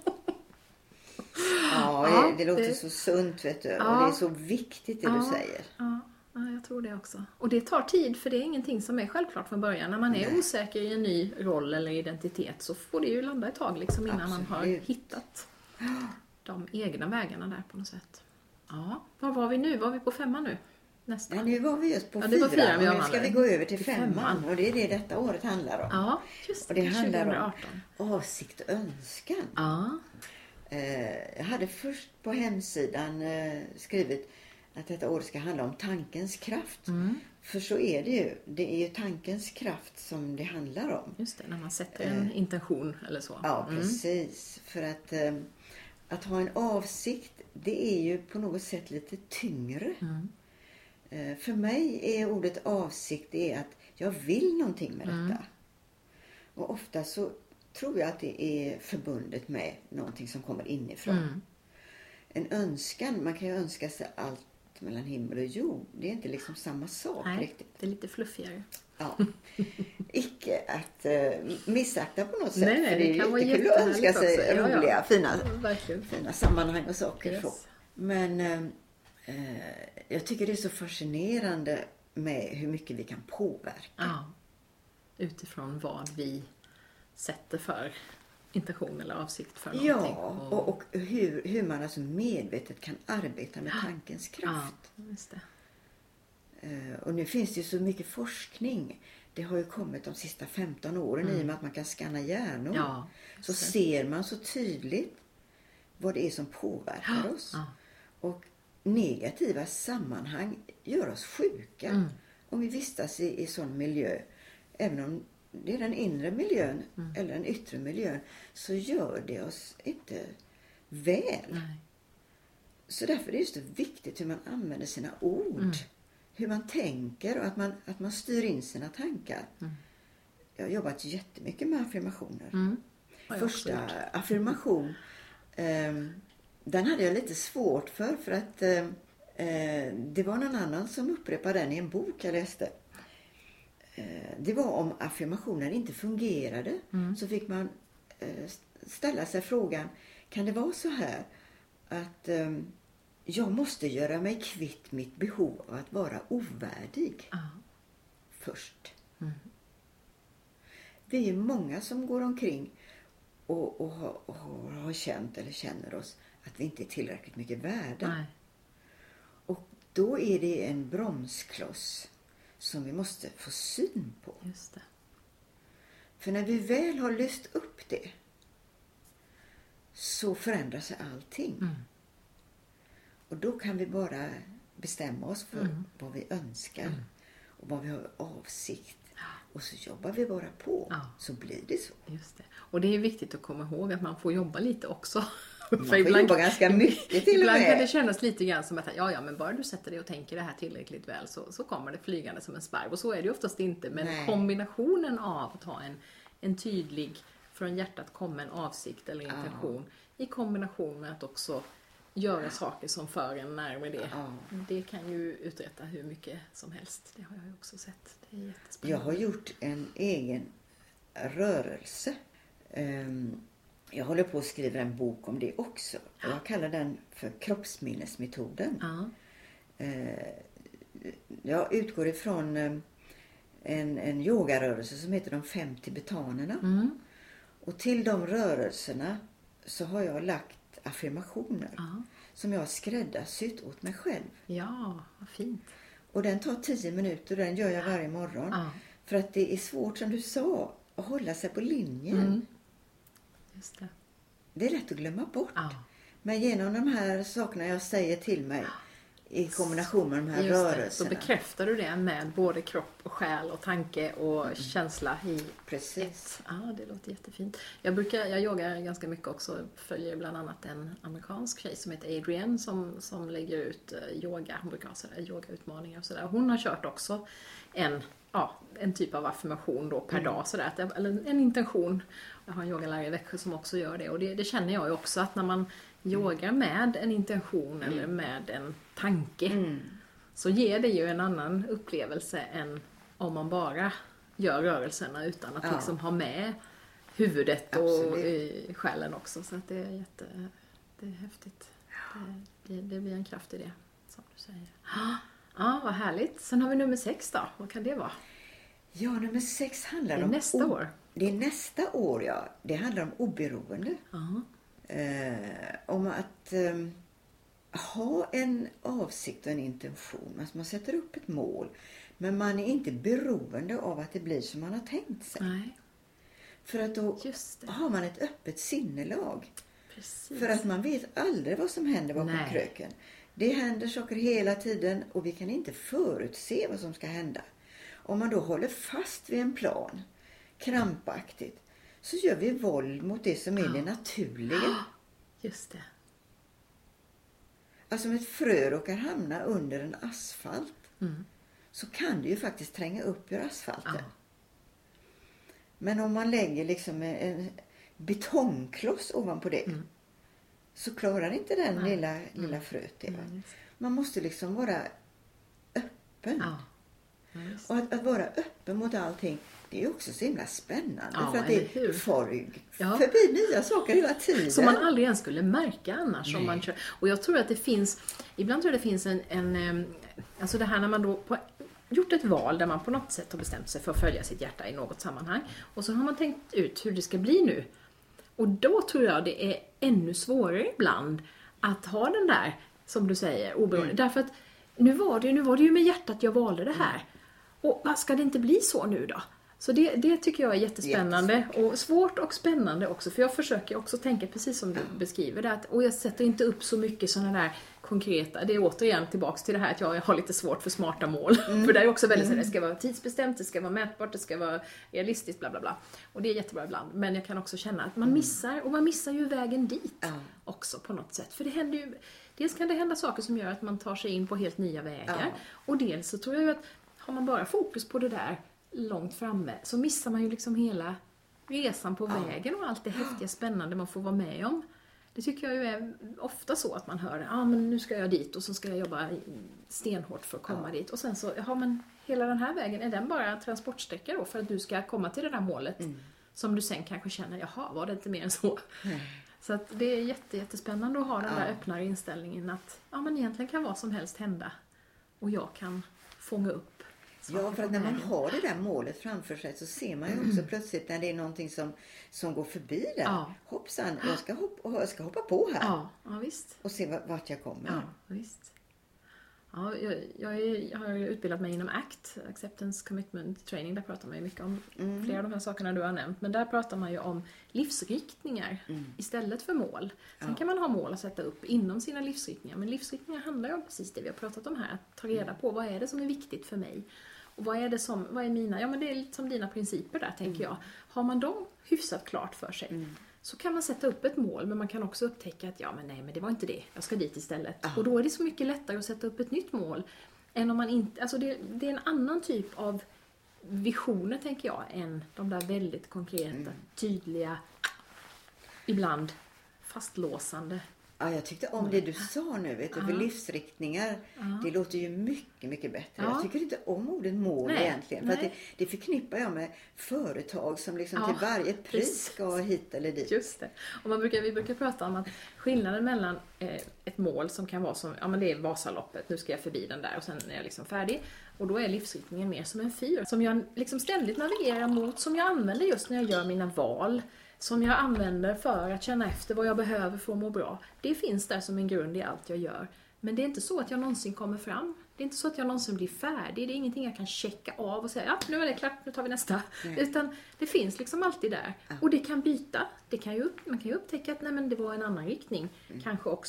S2: Ja, ja det låter det... så sunt, vet du. Ja. Och det är så viktigt det ja. du säger.
S3: Ja. Ja, jag tror det också. Och det tar tid, för det är ingenting som är självklart från början. När man är Nej. osäker i en ny roll eller identitet så får det ju landa ett tag liksom innan Absolut. man har hittat de egna vägarna där på något sätt. Ja, var var vi nu? Var vi på femman nu? Nästan.
S2: Ja, nu var vi just på
S3: ja,
S2: fyra.
S3: fyra
S2: och nu ska vi gå över till, till femman.
S3: femman.
S2: Och det är det detta året handlar om.
S3: Ja, just det.
S2: Och det handlar
S3: tjugoarton.
S2: om avsikt och önskan.
S3: Ja.
S2: Eh, jag hade först på hemsidan eh, skrivit att detta år ska handla om tankens kraft. Mm. För så är det ju. Det är ju tankens kraft som det handlar om.
S3: Just det, när man sätter en eh, intention eller så.
S2: Ja, mm. precis. För att, eh, att ha en avsikt, det är ju på något sätt lite tyngre. Mm. Eh, för mig är ordet avsikt det är att jag vill någonting med mm. detta. Och ofta så tror jag att det är förbundet med någonting som kommer inifrån. Mm. En önskan, man kan ju önska sig allt mellan himmel och jord. Det är inte liksom samma sak.
S3: Nej,
S2: riktigt.
S3: Det är lite fluffigare.
S2: Ja. Icke att uh, missakta på något sätt.
S3: Nej, nej,
S2: för det, det är ju jättekul att önska sig också. roliga, ja, ja. Fina, fina sammanhang och saker. Yes. Så. Men uh, uh, jag tycker det är så fascinerande med hur mycket vi kan påverka.
S3: Ja. Utifrån vad vi sätter för intention eller avsikt för någonting.
S2: Ja, och, och hur, hur man alltså medvetet kan arbeta med tankens kraft.
S3: Ja, just det.
S2: Uh, och nu finns det ju så mycket forskning. Det har ju kommit de sista femton åren mm. i och med att man kan scanna hjärnor. Ja, så ser man så tydligt vad det är som påverkar ja, oss. Ja. Och negativa sammanhang gör oss sjuka. Mm. Om vi vistas i, i sån miljö. Även om det är den inre miljön mm. eller den yttre miljön, så gör det oss inte väl. Nej. Så därför är det just viktigt hur man använder sina ord. Mm. Hur man tänker och att man, att man styr in sina tankar. Mm. Jag har jobbat jättemycket med affirmationer. Mm. Första affirmation, eh, den hade jag lite svårt för. För att eh, det var någon annan som upprepade den i en bok jag läste. Det var om affirmationen inte fungerade. Mm. Så fick man eh, ställa sig frågan, kan det vara så här att eh, jag måste göra mig kvitt mitt behov av att vara ovärdig uh. först. Mm. Vi är många som går omkring och, och, har, och har känt eller känner oss att vi inte är tillräckligt mycket värda. Nej. Och då är det en bromskloss som vi måste få syn på.
S3: Just det.
S2: För när vi väl har löst upp det så förändrar sig allting. Mm. Och då kan vi bara bestämma oss för mm. vad vi önskar mm. och vad vi har avsikt. Och så jobbar vi bara på. Ja. Så blir det så.
S3: Just det. Och det är viktigt att komma ihåg att man får jobba lite också.
S2: Man får ibland, jobba ganska mycket till och med.
S3: Ibland kan det kännas lite grann som att ja, ja, men bara du sätter dig och tänker det här tillräckligt väl så, så kommer det flygande som en sparv. Och så är det ju oftast inte. Men Nej. kombinationen av att ha en, en tydlig, från hjärtat kommer en avsikt eller intention. Ja. I kombination med att också göra ja. saker som för en närmare det. Ja. Det kan ju uträtta hur mycket som helst. Det har jag ju också sett. Det är jättespännande.
S2: Jag har gjort en egen rörelse. Um, jag håller på att skriva en bok om det också. Och jag kallar den för kroppsminnesmetoden. Ja. Uh, jag utgår ifrån um, en, en yogarörelse som heter de fem tibetanerna. Mm. Och till de rörelserna så har jag lagt affirmationer ja. som jag har skräddarsytt åt mig själv.
S3: Ja, vad fint.
S2: Och den tar tio minuter och den gör jag varje morgon. Ja. För att det är svårt, som du sa, att hålla sig på linjen. Mm.
S3: Just det.
S2: Det är lätt att glömma bort.
S3: Ja.
S2: Men genom de här sakerna jag säger till mig i kombination med de här
S3: Just det,
S2: rörelserna.
S3: så bekräftar du det med både kropp och själ och tanke och mm. känsla i
S2: Precis.
S3: Ja, det låter jättefint. Jag brukar, jag yogar ganska mycket också, följer bland annat en amerikansk tjej som heter Adrienne som, som lägger ut yoga, hon brukar ha sådär yogautmaningar och sådär. Hon har kört också en, ja, en typ av affirmation då per mm. dag sådär, eller en intention. Jag har en yogalärare i Växjö som också gör det och det, det känner jag ju också att när man yogar med en intention mm. eller med en tanke mm. så ger det ju en annan upplevelse än om man bara gör rörelserna utan att ja. liksom ha med huvudet och i själen också. Så att det är jätte, det är häftigt. Det, det, det blir en kraft i det, som du säger. Ja, vad härligt. Sen har vi nummer sex då. Vad kan det vara?
S2: Ja, nummer sex handlar
S3: det är
S2: om...
S3: nästa
S2: o-
S3: år.
S2: Det är nästa år, ja. Det handlar om oberoende.
S3: Uh-huh.
S2: Eh, om att eh, ha en avsikt och en intention. Alltså man sätter upp ett mål. Men man är inte beroende av att det blir som man har tänkt sig.
S3: Nej.
S2: För att då har man ett öppet sinnelag.
S3: Precis.
S2: För att man vet aldrig vad som händer bakom
S3: Nej.
S2: kröken. Det händer saker hela tiden och vi kan inte förutse vad som ska hända. Om man då håller fast vid en plan, krampaktigt, så gör vi våld mot det som är
S3: Ja.
S2: det naturliga.
S3: Just det.
S2: Alltså om ett frö råkar hamna under en asfalt
S3: Mm.
S2: så kan det ju faktiskt tränga upp ur asfalten.
S3: Ja.
S2: Men om man lägger liksom en betongkloss ovanpå det mm. så klarar inte den
S3: Nej.
S2: lilla,
S3: Mm.
S2: lilla fröet det.
S3: Mm.
S2: Man måste liksom vara öppen.
S3: Ja.
S2: Och att, att vara öppen mot allting, det är också så himla spännande.
S3: Ja,
S2: för att
S3: eller
S2: det
S3: hur?
S2: får
S3: Ja.
S2: förbi nya saker hela tiden.
S3: Som man aldrig ens skulle märka annars.
S2: Nej.
S3: Om man kör. Och jag tror att det finns, ibland tror jag det finns en, en em, alltså det här när man då på, gjort ett val där man på något sätt har bestämt sig för att följa sitt hjärta i något sammanhang. Och så har man tänkt ut hur det ska bli nu. Och då tror jag det är ännu svårare ibland att ha den där, som du säger, oberoende. Mm. Därför att nu var, det, nu var det ju med hjärtat jag valde det här. Mm. Och vad ska det inte bli så nu då? Så det, det tycker jag är jättespännande. Jättesvårt. Och svårt och spännande också. För jag försöker också tänka precis som du beskriver det. Att, och jag sätter inte upp så mycket sådana där konkreta. Det är återigen tillbaks till det här att jag har lite svårt för smarta mål. Mm. För det är också väldigt så mm. det ska vara tidsbestämt, det ska vara mätbart, det ska vara realistiskt, bla bla bla. Och det är jättebra ibland. Men jag kan också känna att man missar, och man missar ju vägen dit mm. också på något sätt. För det händer ju, dels kan det hända saker som gör att man tar sig in på helt nya vägar. Mm. Och dels så tror jag ju att har man bara fokus på det där långt framme så missar man ju liksom hela resan på ja. vägen och allt det häftiga spännande man får vara med om. Det tycker jag ju är ofta så att man hör, ja ah, men nu ska jag dit och så ska jag jobba stenhårt för att komma ja. dit. Och sen så, ja men hela den här vägen, är den bara transportsträcka då för att du ska komma till det där målet mm. som du sen kanske känner, jaha var det inte mer än så? Mm. Så att det är jätte, jättespännande att ha den ja. där öppnare inställningen att ja men egentligen kan vad som helst hända och jag kan fånga upp.
S2: Ja, för att när man har det där målet framför sig så ser man ju också mm. plötsligt när det är någonting som, som går förbi där. Ja. Hoppsan, jag ska, hoppa, jag ska hoppa på här.
S3: Ja, ja visst.
S2: Och se vart jag kommer.
S3: Ja, visst. Ja, jag, jag, är, jag har utbildat mig inom A C T, Acceptance Commitment Training. Där pratar man ju mycket om mm. flera av de här sakerna du har nämnt. Men där pratar man ju om livsriktningar mm. istället för mål. Sen ja. kan man ha mål att sätta upp inom sina livsriktningar. Men livsriktningar handlar ju om precis det vi har pratat om här. Att ta reda på vad är det som är viktigt för mig. Och vad är det som, vad är mina, ja men det är lite som dina principer där tänker mm. jag. Har man dem hyfsat klart för sig mm. så kan man sätta upp ett mål men man kan också upptäcka att ja men nej men det var inte det, jag ska dit istället. Aha. Och då är det så mycket lättare att sätta upp ett nytt mål än om man inte, alltså det, det är en annan typ av visioner tänker jag än de där väldigt konkreta, mm. tydliga, ibland fastlåsande.
S2: Ja, jag tyckte om det du sa nu, vet du, för livsriktningar, ja. det låter ju mycket, mycket bättre. Ja. Jag tycker inte om ordet mål nej, egentligen. För att det, det förknippar jag med företag som liksom ja, till varje pris precis. ska hit eller dit.
S3: Just det. Och man brukar, vi brukar prata om att skillnaden mellan eh, ett mål som kan vara som, ja men det är Vasaloppet, nu ska jag förbi den där och sen är jag liksom färdig. Och då är livsriktningen mer som en fyr som jag liksom ständigt navigerar mot, som jag använder just när jag gör mina val. Som jag använder för att känna efter vad jag behöver för att må bra. Det finns där som en grund i allt jag gör. Men det är inte så att jag någonsin kommer fram. Det är inte så att jag någonsin blir färdig. Det är ingenting jag kan checka av och säga, ja nu är det klart, nu tar vi nästa. Mm. Utan det finns liksom alltid där. Mm. Och det kan byta. Det kan ju upp, man kan ju upptäcka att nej, men det var en annan riktning. Mm. Kanske också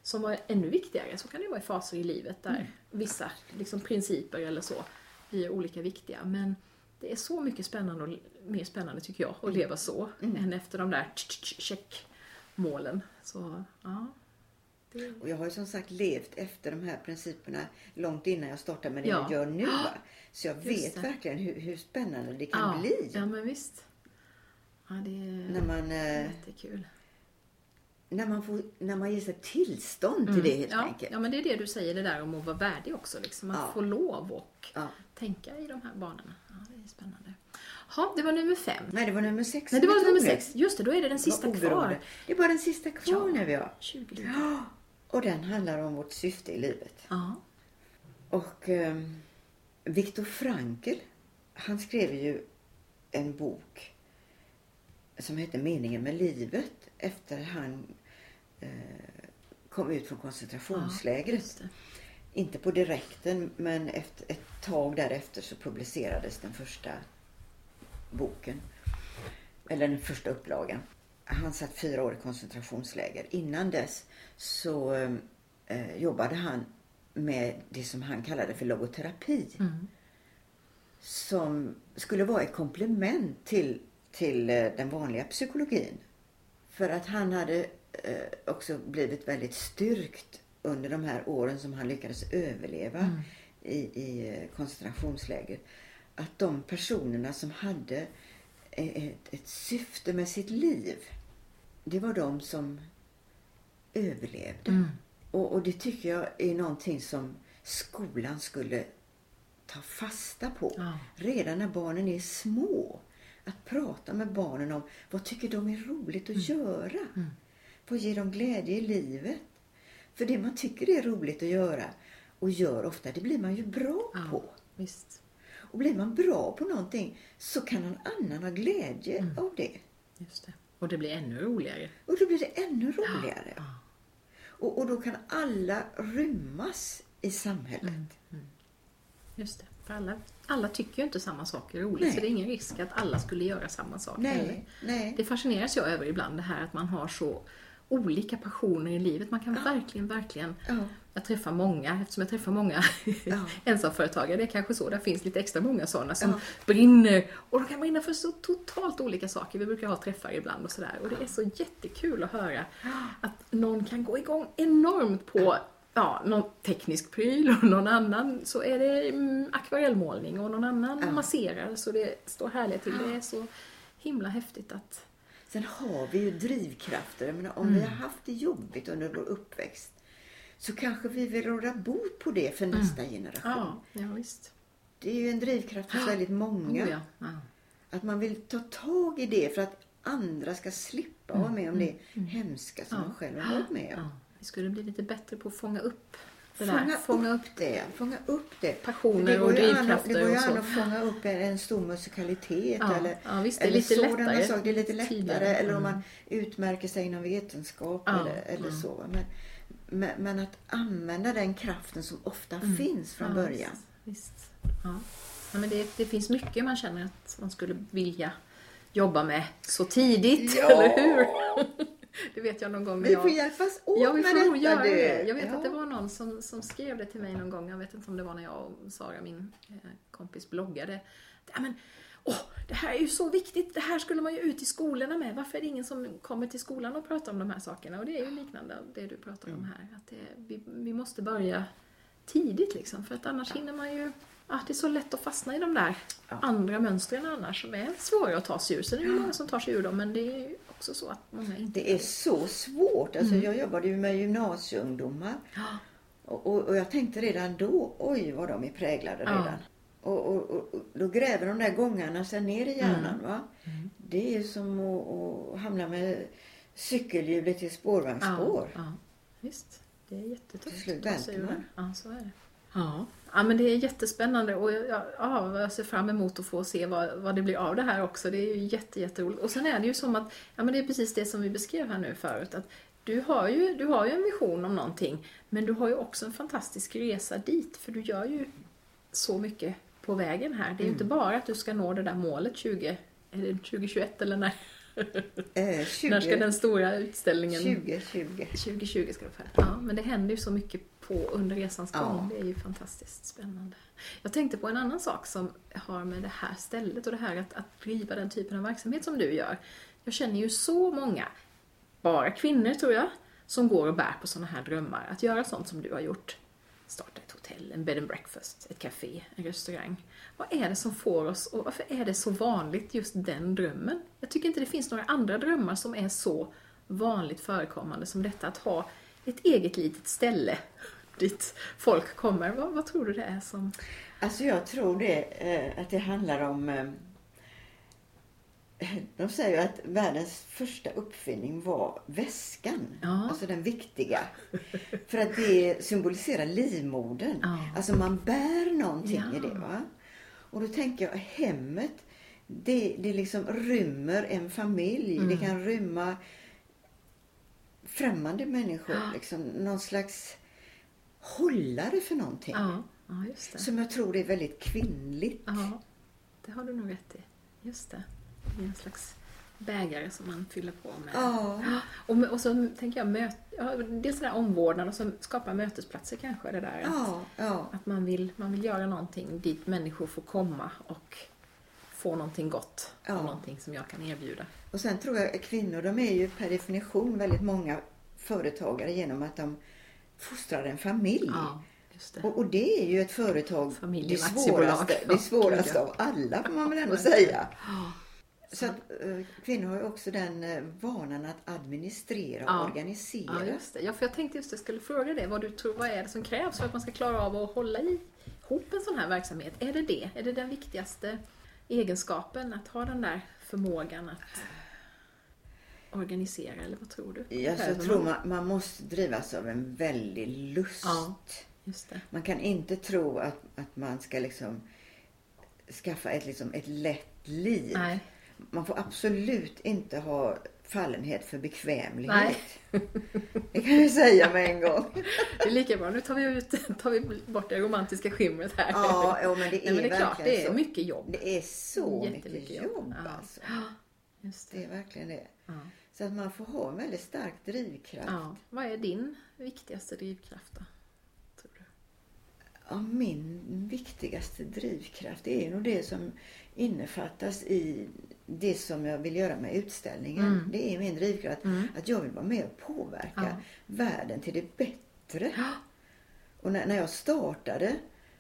S3: som var ännu viktigare. Så kan det vara i faser i livet där mm. vissa liksom, principer eller så blir olika viktiga. Men det är så mycket spännande och mer spännande tycker jag att leva så mm. än efter de där checkmålen. Så ja. Det...
S2: Och jag har ju som sagt levt efter de här principerna långt innan jag startade med det
S3: ja.
S2: jag gör nu. Va? Så jag vet verkligen hur, hur spännande det kan
S3: ja.
S2: bli.
S3: Ja, men visst. Ja, det är
S2: när man,
S3: jättekul.
S2: När man, får, när man ger sig tillstånd till mm. det helt
S3: ja.
S2: enkelt.
S3: Ja, men det är det du säger, det där om att vara värdig också. Liksom. Att ja. få lov och ja. tänka i de här banorna. Ja, det är spännande. Ja, det var nummer fem.
S2: Nej, det var nummer sex.
S3: Nej, det var nummer sex. Just det, då är det den sista det kvar.
S2: Det är bara den sista kvar
S3: ja.
S2: när vi har.
S3: tjugo
S2: ja. Och den handlar om vårt syfte i livet.
S3: Ja.
S2: Och eh, Viktor Frankl, han skrev ju en bok som heter Meningen med livet efter han eh, kom ut från koncentrationslägret.
S3: Ja,
S2: inte på direkten, men efter ett tag därefter så publicerades den första boken. Eller den första upplagan. Han satt fyra år i koncentrationsläger. Innan dess så eh, jobbade han med det som han kallade för logoterapi.
S3: Mm.
S2: Som skulle vara ett komplement till, till eh, den vanliga psykologin. För att han hade eh, också blivit väldigt styrkt under de här åren som han lyckades överleva mm. i, i koncentrationsläger. Att de personerna som hade ett, ett syfte med sitt liv, det var de som överlevde.
S3: Mm.
S2: Och, och det tycker jag är någonting som skolan skulle ta fasta på.
S3: Ja.
S2: Redan när barnen är små. Att prata med barnen om vad tycker de är roligt att mm. göra.
S3: Mm.
S2: Vad ger dem glädje i livet. För det man tycker är roligt att göra och gör ofta, det blir man ju bra
S3: ja,
S2: på.
S3: Visst.
S2: Och blir man bra på någonting så kan någon annan ha glädje mm. av det.
S3: Just det. Och det blir ännu roligare.
S2: Och då blir det ännu roligare.
S3: Ja. Ja.
S2: Och, och då kan alla rymmas i samhället.
S3: Mm. Mm. Just det. För alla, alla tycker ju inte samma saker är roligt.
S2: Nej.
S3: Så det är ingen risk att alla skulle göra samma sak.
S2: Nej, nej.
S3: Det fascineras jag över ibland det här att man har så olika passioner i livet. Man kan
S2: ja.
S3: verkligen, verkligen...
S2: Ja.
S3: Jag träffar många, eftersom jag träffar många
S2: ja.
S3: ensamföretagare. Det är kanske så, där finns lite extra många sådana som
S2: ja.
S3: brinner. Och de kan brinna för så totalt olika saker. Vi brukar ha träffar ibland och sådär. Och det är så jättekul att höra att någon kan gå igång enormt på ja, någon teknisk pryl och någon annan så är det mm, akvarellmålning och någon annan
S2: ja.
S3: masserar så det står härligt till. Det är så himla häftigt att...
S2: Sen har vi ju drivkrafter. Jag menar, om
S3: Mm.
S2: vi har haft det jobbigt under vår uppväxt så kanske vi vill råda bot på det för nästa
S3: Mm.
S2: generation.
S3: Ja, ja, visst.
S2: Det är ju en drivkraft hos väldigt många.
S3: Oh, ja. Ja.
S2: Att man vill ta tag i det för att andra ska slippa mm. vara med om det
S3: Mm.
S2: hemska som
S3: Ja.
S2: man själv har varit med om.
S3: Ja. Vi skulle bli lite bättre på att fånga upp det
S2: Fånga,
S3: där. Fånga upp,
S2: upp det. Fånga upp det.
S3: passioner
S2: går
S3: och
S2: ju an-
S3: drivkrafter
S2: Det går ju
S3: och så.
S2: an att fånga upp en, en stor musikalitet
S3: Ja,
S2: eller,
S3: ja, visst, det är
S2: eller
S3: lite
S2: sådana
S3: lättare
S2: saker. Det är lite lättare.
S3: tidigare.
S2: Eller om
S3: Mm.
S2: man utmärker sig inom vetenskap
S3: Ja,
S2: eller, eller
S3: mm.
S2: så. Men, men, men att använda den kraften som ofta
S3: Mm.
S2: finns från
S3: Ja,
S2: början.
S3: Visst. visst. Ja. Ja, men det, det finns mycket man känner att man skulle vilja jobba med så tidigt,
S2: Ja.
S3: eller hur? Det vet jag någon gång.
S2: Vi
S3: jag...
S2: får hjälpas åt
S3: Ja, vi
S2: med
S3: får nog
S2: detta.
S3: göra
S2: du.
S3: det. Jag vet
S2: ja.
S3: att det var någon som, som skrev det till mig någon gång. Jag vet inte om det var när jag och Sara, min eh, kompis, bloggade. Ja, men, åh, det här är ju så viktigt. Det här skulle man ju ut i skolorna med. Varför är det ingen som kommer till skolan och pratar om de här sakerna? Och det är ju liknande det du pratar om här. Att det, vi, vi måste börja tidigt liksom. För att annars hinner man ju... Ja, det är så lätt att fastna i de där
S2: Ja.
S3: andra mönstren annars som är svåra att ta sig ur. Sen är det många som tar sig ur dem, men det är ju också så att många inte...
S2: Det är så svårt. Alltså,
S3: Mm.
S2: Jag jobbade ju med gymnasieungdomar.
S3: Ja.
S2: Och, och, och jag tänkte redan då, oj vad de är präglade
S3: Ja.
S2: redan. Och, och, och, och då gräver de där gångarna sig ner i hjärnan.
S3: Mm.
S2: Va?
S3: Mm.
S2: Det är ju som att, att hamna med cykelhjulet i spårvagnsspår.
S3: Ja, ja, visst. Det är jättetufft.
S2: Till slut
S3: att ta sig
S2: välter
S3: ur
S2: man.
S3: det. Ja, så är det. Ja. Ja, men det är jättespännande och jag, ja, jag ser fram emot att få se vad, vad det blir av det här också. Det är ju jätte, jätteroligt. Och sen är det ju som att, ja men det är precis det som vi beskrev här nu förut, att du har ju, du har ju en vision om någonting, men du har ju också en fantastisk resa dit, för du gör ju så mycket på vägen här. Det är ju
S2: Mm.
S3: inte bara att du ska nå det där målet tjugo, eller tjugo tjugoett eller när,
S2: Eh, tjugo,
S3: När ska den stora utställningen?
S2: tjugo tjugo.
S3: tjugo tjugo ska det vara. Ja, men det händer ju så mycket på under resans gång.
S2: Ja.
S3: Det är ju fantastiskt spännande. Jag tänkte på en annan sak som har med det här stället och det här att, att driva den typen av verksamhet som du gör. Jag känner ju så många, bara kvinnor tror jag, som går och bär på sådana här drömmar. Att göra sånt som du har gjort. Starta ett hotell, en bed and breakfast, ett café, en restaurang. Vad är det som får oss och varför är det så vanligt just den drömmen? Jag tycker inte det finns några andra drömmar som är så vanligt förekommande som detta att ha ett eget litet ställe dit folk kommer. Vad, vad tror du det är som...
S2: Alltså jag tror det, eh, att det handlar om... Eh, de säger ju att världens första uppfinning var väskan.
S3: Ja.
S2: Alltså den viktiga. För att det symboliserar livmodern.
S3: Ja.
S2: Alltså man bär någonting
S3: Ja.
S2: i det, va? Och då tänker jag, hemmet, det, det liksom rymmer en familj.
S3: Mm.
S2: Det kan rymma främmande människor.
S3: Ja.
S2: Liksom, någon slags hållare för någonting.
S3: Ja, ja just det.
S2: Som jag tror är väldigt kvinnligt.
S3: Ja, det har du nog rätt i. Just det. Det är en slags bägare som man fyller på med.
S2: Ja.
S3: Och, och så tänker jag, möt, ja, det är sådär omvårdnad och så skapa mötesplatser kanske. Det där.
S2: Ja, ja.
S3: Att, att man, vill, man vill göra någonting dit människor får komma och få någonting gott.
S2: Ja.
S3: Och någonting som jag kan erbjuda.
S2: Och sen tror jag att kvinnor, de är ju per definition väldigt många företagare genom att de fostrar en familj.
S3: Ja, just det.
S2: Och, och det är ju ett företag,
S3: Familjen,
S2: det
S3: aktiebolag.
S2: svåraste, det svåraste av alla får man väl ändå säga.
S3: Ja.
S2: Så att eh, kvinnor har ju också den eh, vanan att administrera och
S3: Ja.
S2: organisera.
S3: Ja, just det. Ja, för jag tänkte just att jag skulle fråga dig vad du tror, vad är det som krävs för att man ska klara av att hålla ihop en sån här verksamhet? Är det det? Är det den viktigaste egenskapen, att ha den där förmågan att organisera, eller vad tror du?
S2: Ja, så jag tror man, man måste drivas av en väldig lust.
S3: Ja, just det.
S2: Man kan inte tro att, att man ska liksom skaffa ett, liksom, ett lätt liv.
S3: Nej.
S2: Man får absolut inte ha fallenhet för bekvämlighet.
S3: Nej.
S2: Det kan jag säga med en gång.
S3: Det är lika bra. Nu tar vi, ut, tar vi bort det romantiska skimret här.
S2: Ja, ja men det är,
S3: Nej, men det är klart,
S2: verkligen
S3: det är
S2: så.
S3: mycket jobb.
S2: Det är så mycket
S3: Jättemycket
S2: jobb,
S3: jobb. Ja.
S2: alltså.
S3: Just det.
S2: Det är verkligen det.
S3: Ja.
S2: Så att man får ha en väldigt stark drivkraft.
S3: Ja. Vad är din viktigaste drivkraft då? Tror du?
S2: Ja, min viktigaste drivkraft är nog det som innefattas i det som jag vill göra med utställningen.
S3: Mm.
S2: Det är min drivkraft.
S3: Mm.
S2: Att jag vill vara med och påverka
S3: Ja.
S2: världen till det bättre.
S3: Ja.
S2: Och när, när jag startade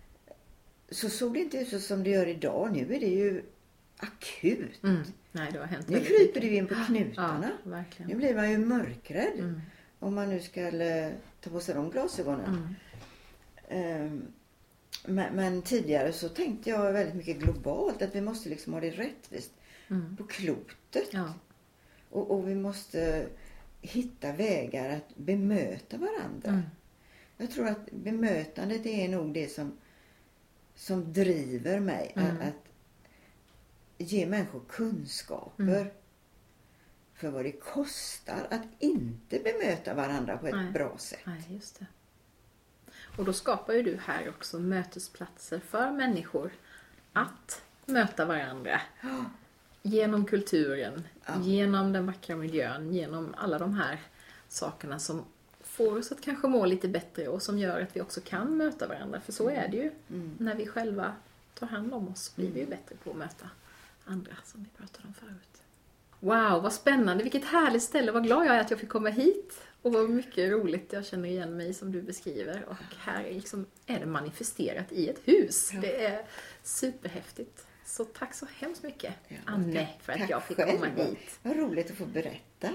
S2: så såg det inte ut så som det gör idag. Nu är det ju akut.
S3: Mm. Nej, det har hänt
S2: Nu
S3: väldigt
S2: kryper
S3: mycket.
S2: det ju in på knutarna.
S3: Ja, verkligen.
S2: Nu blir man ju mörkrädd.
S3: Mm.
S2: Om man nu ska eh, ta på sig de glasögonen.
S3: Mm.
S2: Ehm, men, men tidigare så tänkte jag väldigt mycket globalt. Att vi måste liksom ha det rättvist
S3: Mm.
S2: på klotet.
S3: Ja.
S2: Och, och vi måste hitta vägar att bemöta varandra.
S3: Mm.
S2: Jag tror att bemötandet är nog det som, som driver mig.
S3: Mm.
S2: Att, att ge människor kunskaper.
S3: Mm.
S2: För vad det kostar att inte bemöta varandra på ett
S3: Nej.
S2: bra sätt.
S3: Nej, just det. Och då skapar ju du här också mötesplatser för människor att möta varandra.
S2: Ja.
S3: Genom kulturen,
S2: Ja.
S3: genom den vackra miljön, genom alla de här sakerna som får oss att kanske må lite bättre och som gör att vi också kan möta varandra. För så är det ju.
S2: Mm.
S3: När vi själva tar hand om oss blir vi ju bättre på att möta andra, som vi pratade om förut. Wow, vad spännande. Vilket härligt ställe. Vad glad jag är att jag fick komma hit. Och vad mycket roligt jag känner igen mig som du beskriver. Och här är, liksom, är det manifesterat i ett hus.
S2: Ja.
S3: Det är superhäftigt. Så tack så hemskt mycket,
S2: Ja,
S3: Anne,
S2: tack-
S3: för att
S2: tack
S3: jag fick
S2: själv.
S3: komma hit.
S2: Vad roligt att få berätta.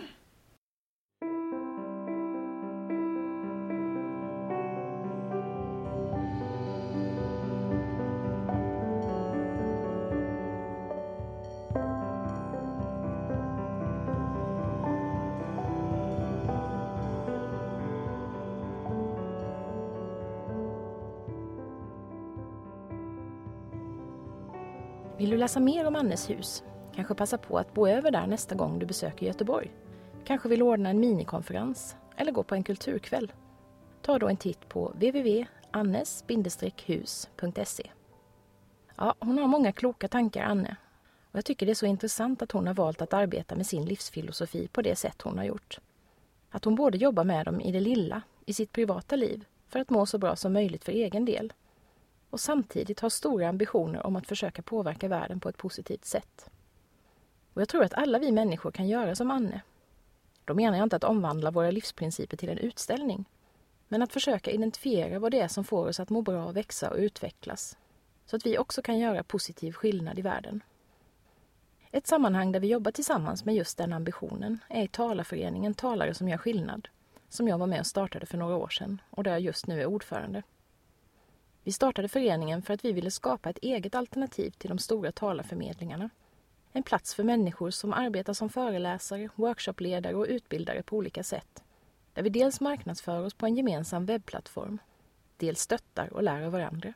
S1: Vill du läsa mer om Annes hus? Kanske passa på att bo över där nästa gång du besöker Göteborg? Kanske vill ordna en minikonferens eller gå på en kulturkväll? Ta då en titt på w w w punkt annes hus punkt se. Ja, hon har många kloka tankar, Anne. Och jag tycker det är så intressant att hon har valt att arbeta med sin livsfilosofi på det sätt hon har gjort. Att hon både jobbar med dem i det lilla, i sitt privata liv, för att må så bra som möjligt för egen del. Och samtidigt har stora ambitioner om att försöka påverka världen på ett positivt sätt. Och jag tror att alla vi människor kan göra som Anne. Då menar jag inte att omvandla våra livsprinciper till en utställning, men att försöka identifiera vad det är som får oss att må bra, växa och utvecklas, så att vi också kan göra positiv skillnad i världen. Ett sammanhang där vi jobbar tillsammans med just den ambitionen är i talarföreningen Talare som gör skillnad, som jag var med och startade för några år sedan och där jag just nu är ordförande. Vi startade föreningen för att vi ville skapa ett eget alternativ till de stora talarförmedlingarna. En plats för människor som arbetar som föreläsare, workshopledare och utbildare på olika sätt. Där vi dels marknadsför oss på en gemensam webbplattform, dels stöttar och lär av varandra.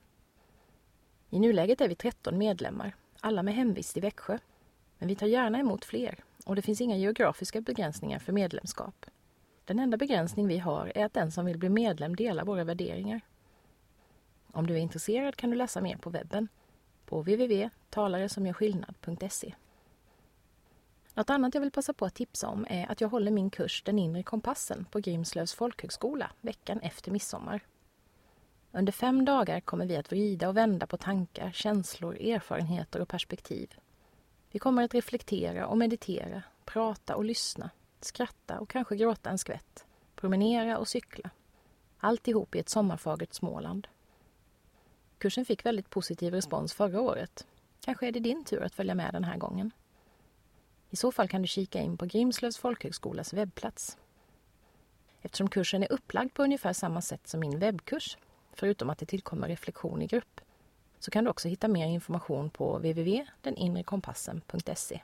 S1: I nuläget är vi tretton medlemmar, alla med hemvist i Växjö. Men vi tar gärna emot fler och det finns inga geografiska begränsningar för medlemskap. Den enda begränsning vi har är att den som vill bli medlem delar våra värderingar. Om du är intresserad kan du läsa mer på webben på w w w punkt talare som gör skillnad punkt se. Något annat jag vill passa på att tipsa om är att jag håller min kurs Den inre kompassen på Grimslövs folkhögskola veckan efter midsommar. Under fem dagar kommer vi att vrida och vända på tankar, känslor, erfarenheter och perspektiv. Vi kommer att reflektera och meditera, prata och lyssna, skratta och kanske gråta en skvätt, promenera och cykla. Alltihop i ett sommarfagert Småland. Kursen fick väldigt positiv respons förra året. Kanske är det din tur att följa med den här gången. I så fall kan du kika in på Grimslövs folkhögskolas webbplats. Eftersom kursen är upplagd på ungefär samma sätt som min webbkurs, förutom att det tillkommer reflektion i grupp, så kan du också hitta mer information på w w w punkt den inre kompassen punkt se.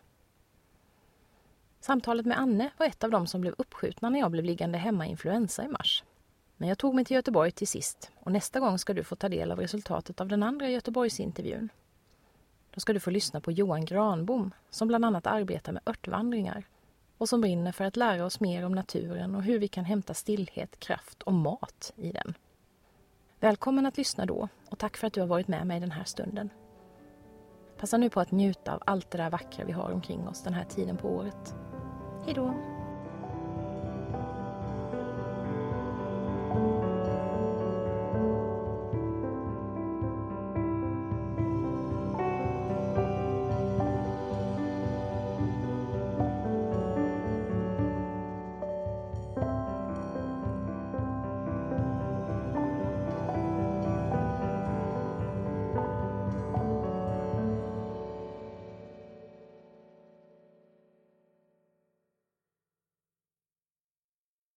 S1: Samtalet med Anne var ett av dem som blev uppskjutna när jag blev liggande hemma i influensa i mars. Men jag tog mig till Göteborg till sist och nästa gång ska du få ta del av resultatet av den andra Göteborgsintervjun. Då ska du få lyssna på Johan Granbom som bland annat arbetar med örtvandringar och som brinner för att lära oss mer om naturen och hur vi kan hämta stillhet, kraft och mat i den. Välkommen att lyssna då och tack för att du har varit med mig den här stunden. Passa nu på att njuta av allt det där vackra vi har omkring oss den här tiden på året. Hej då!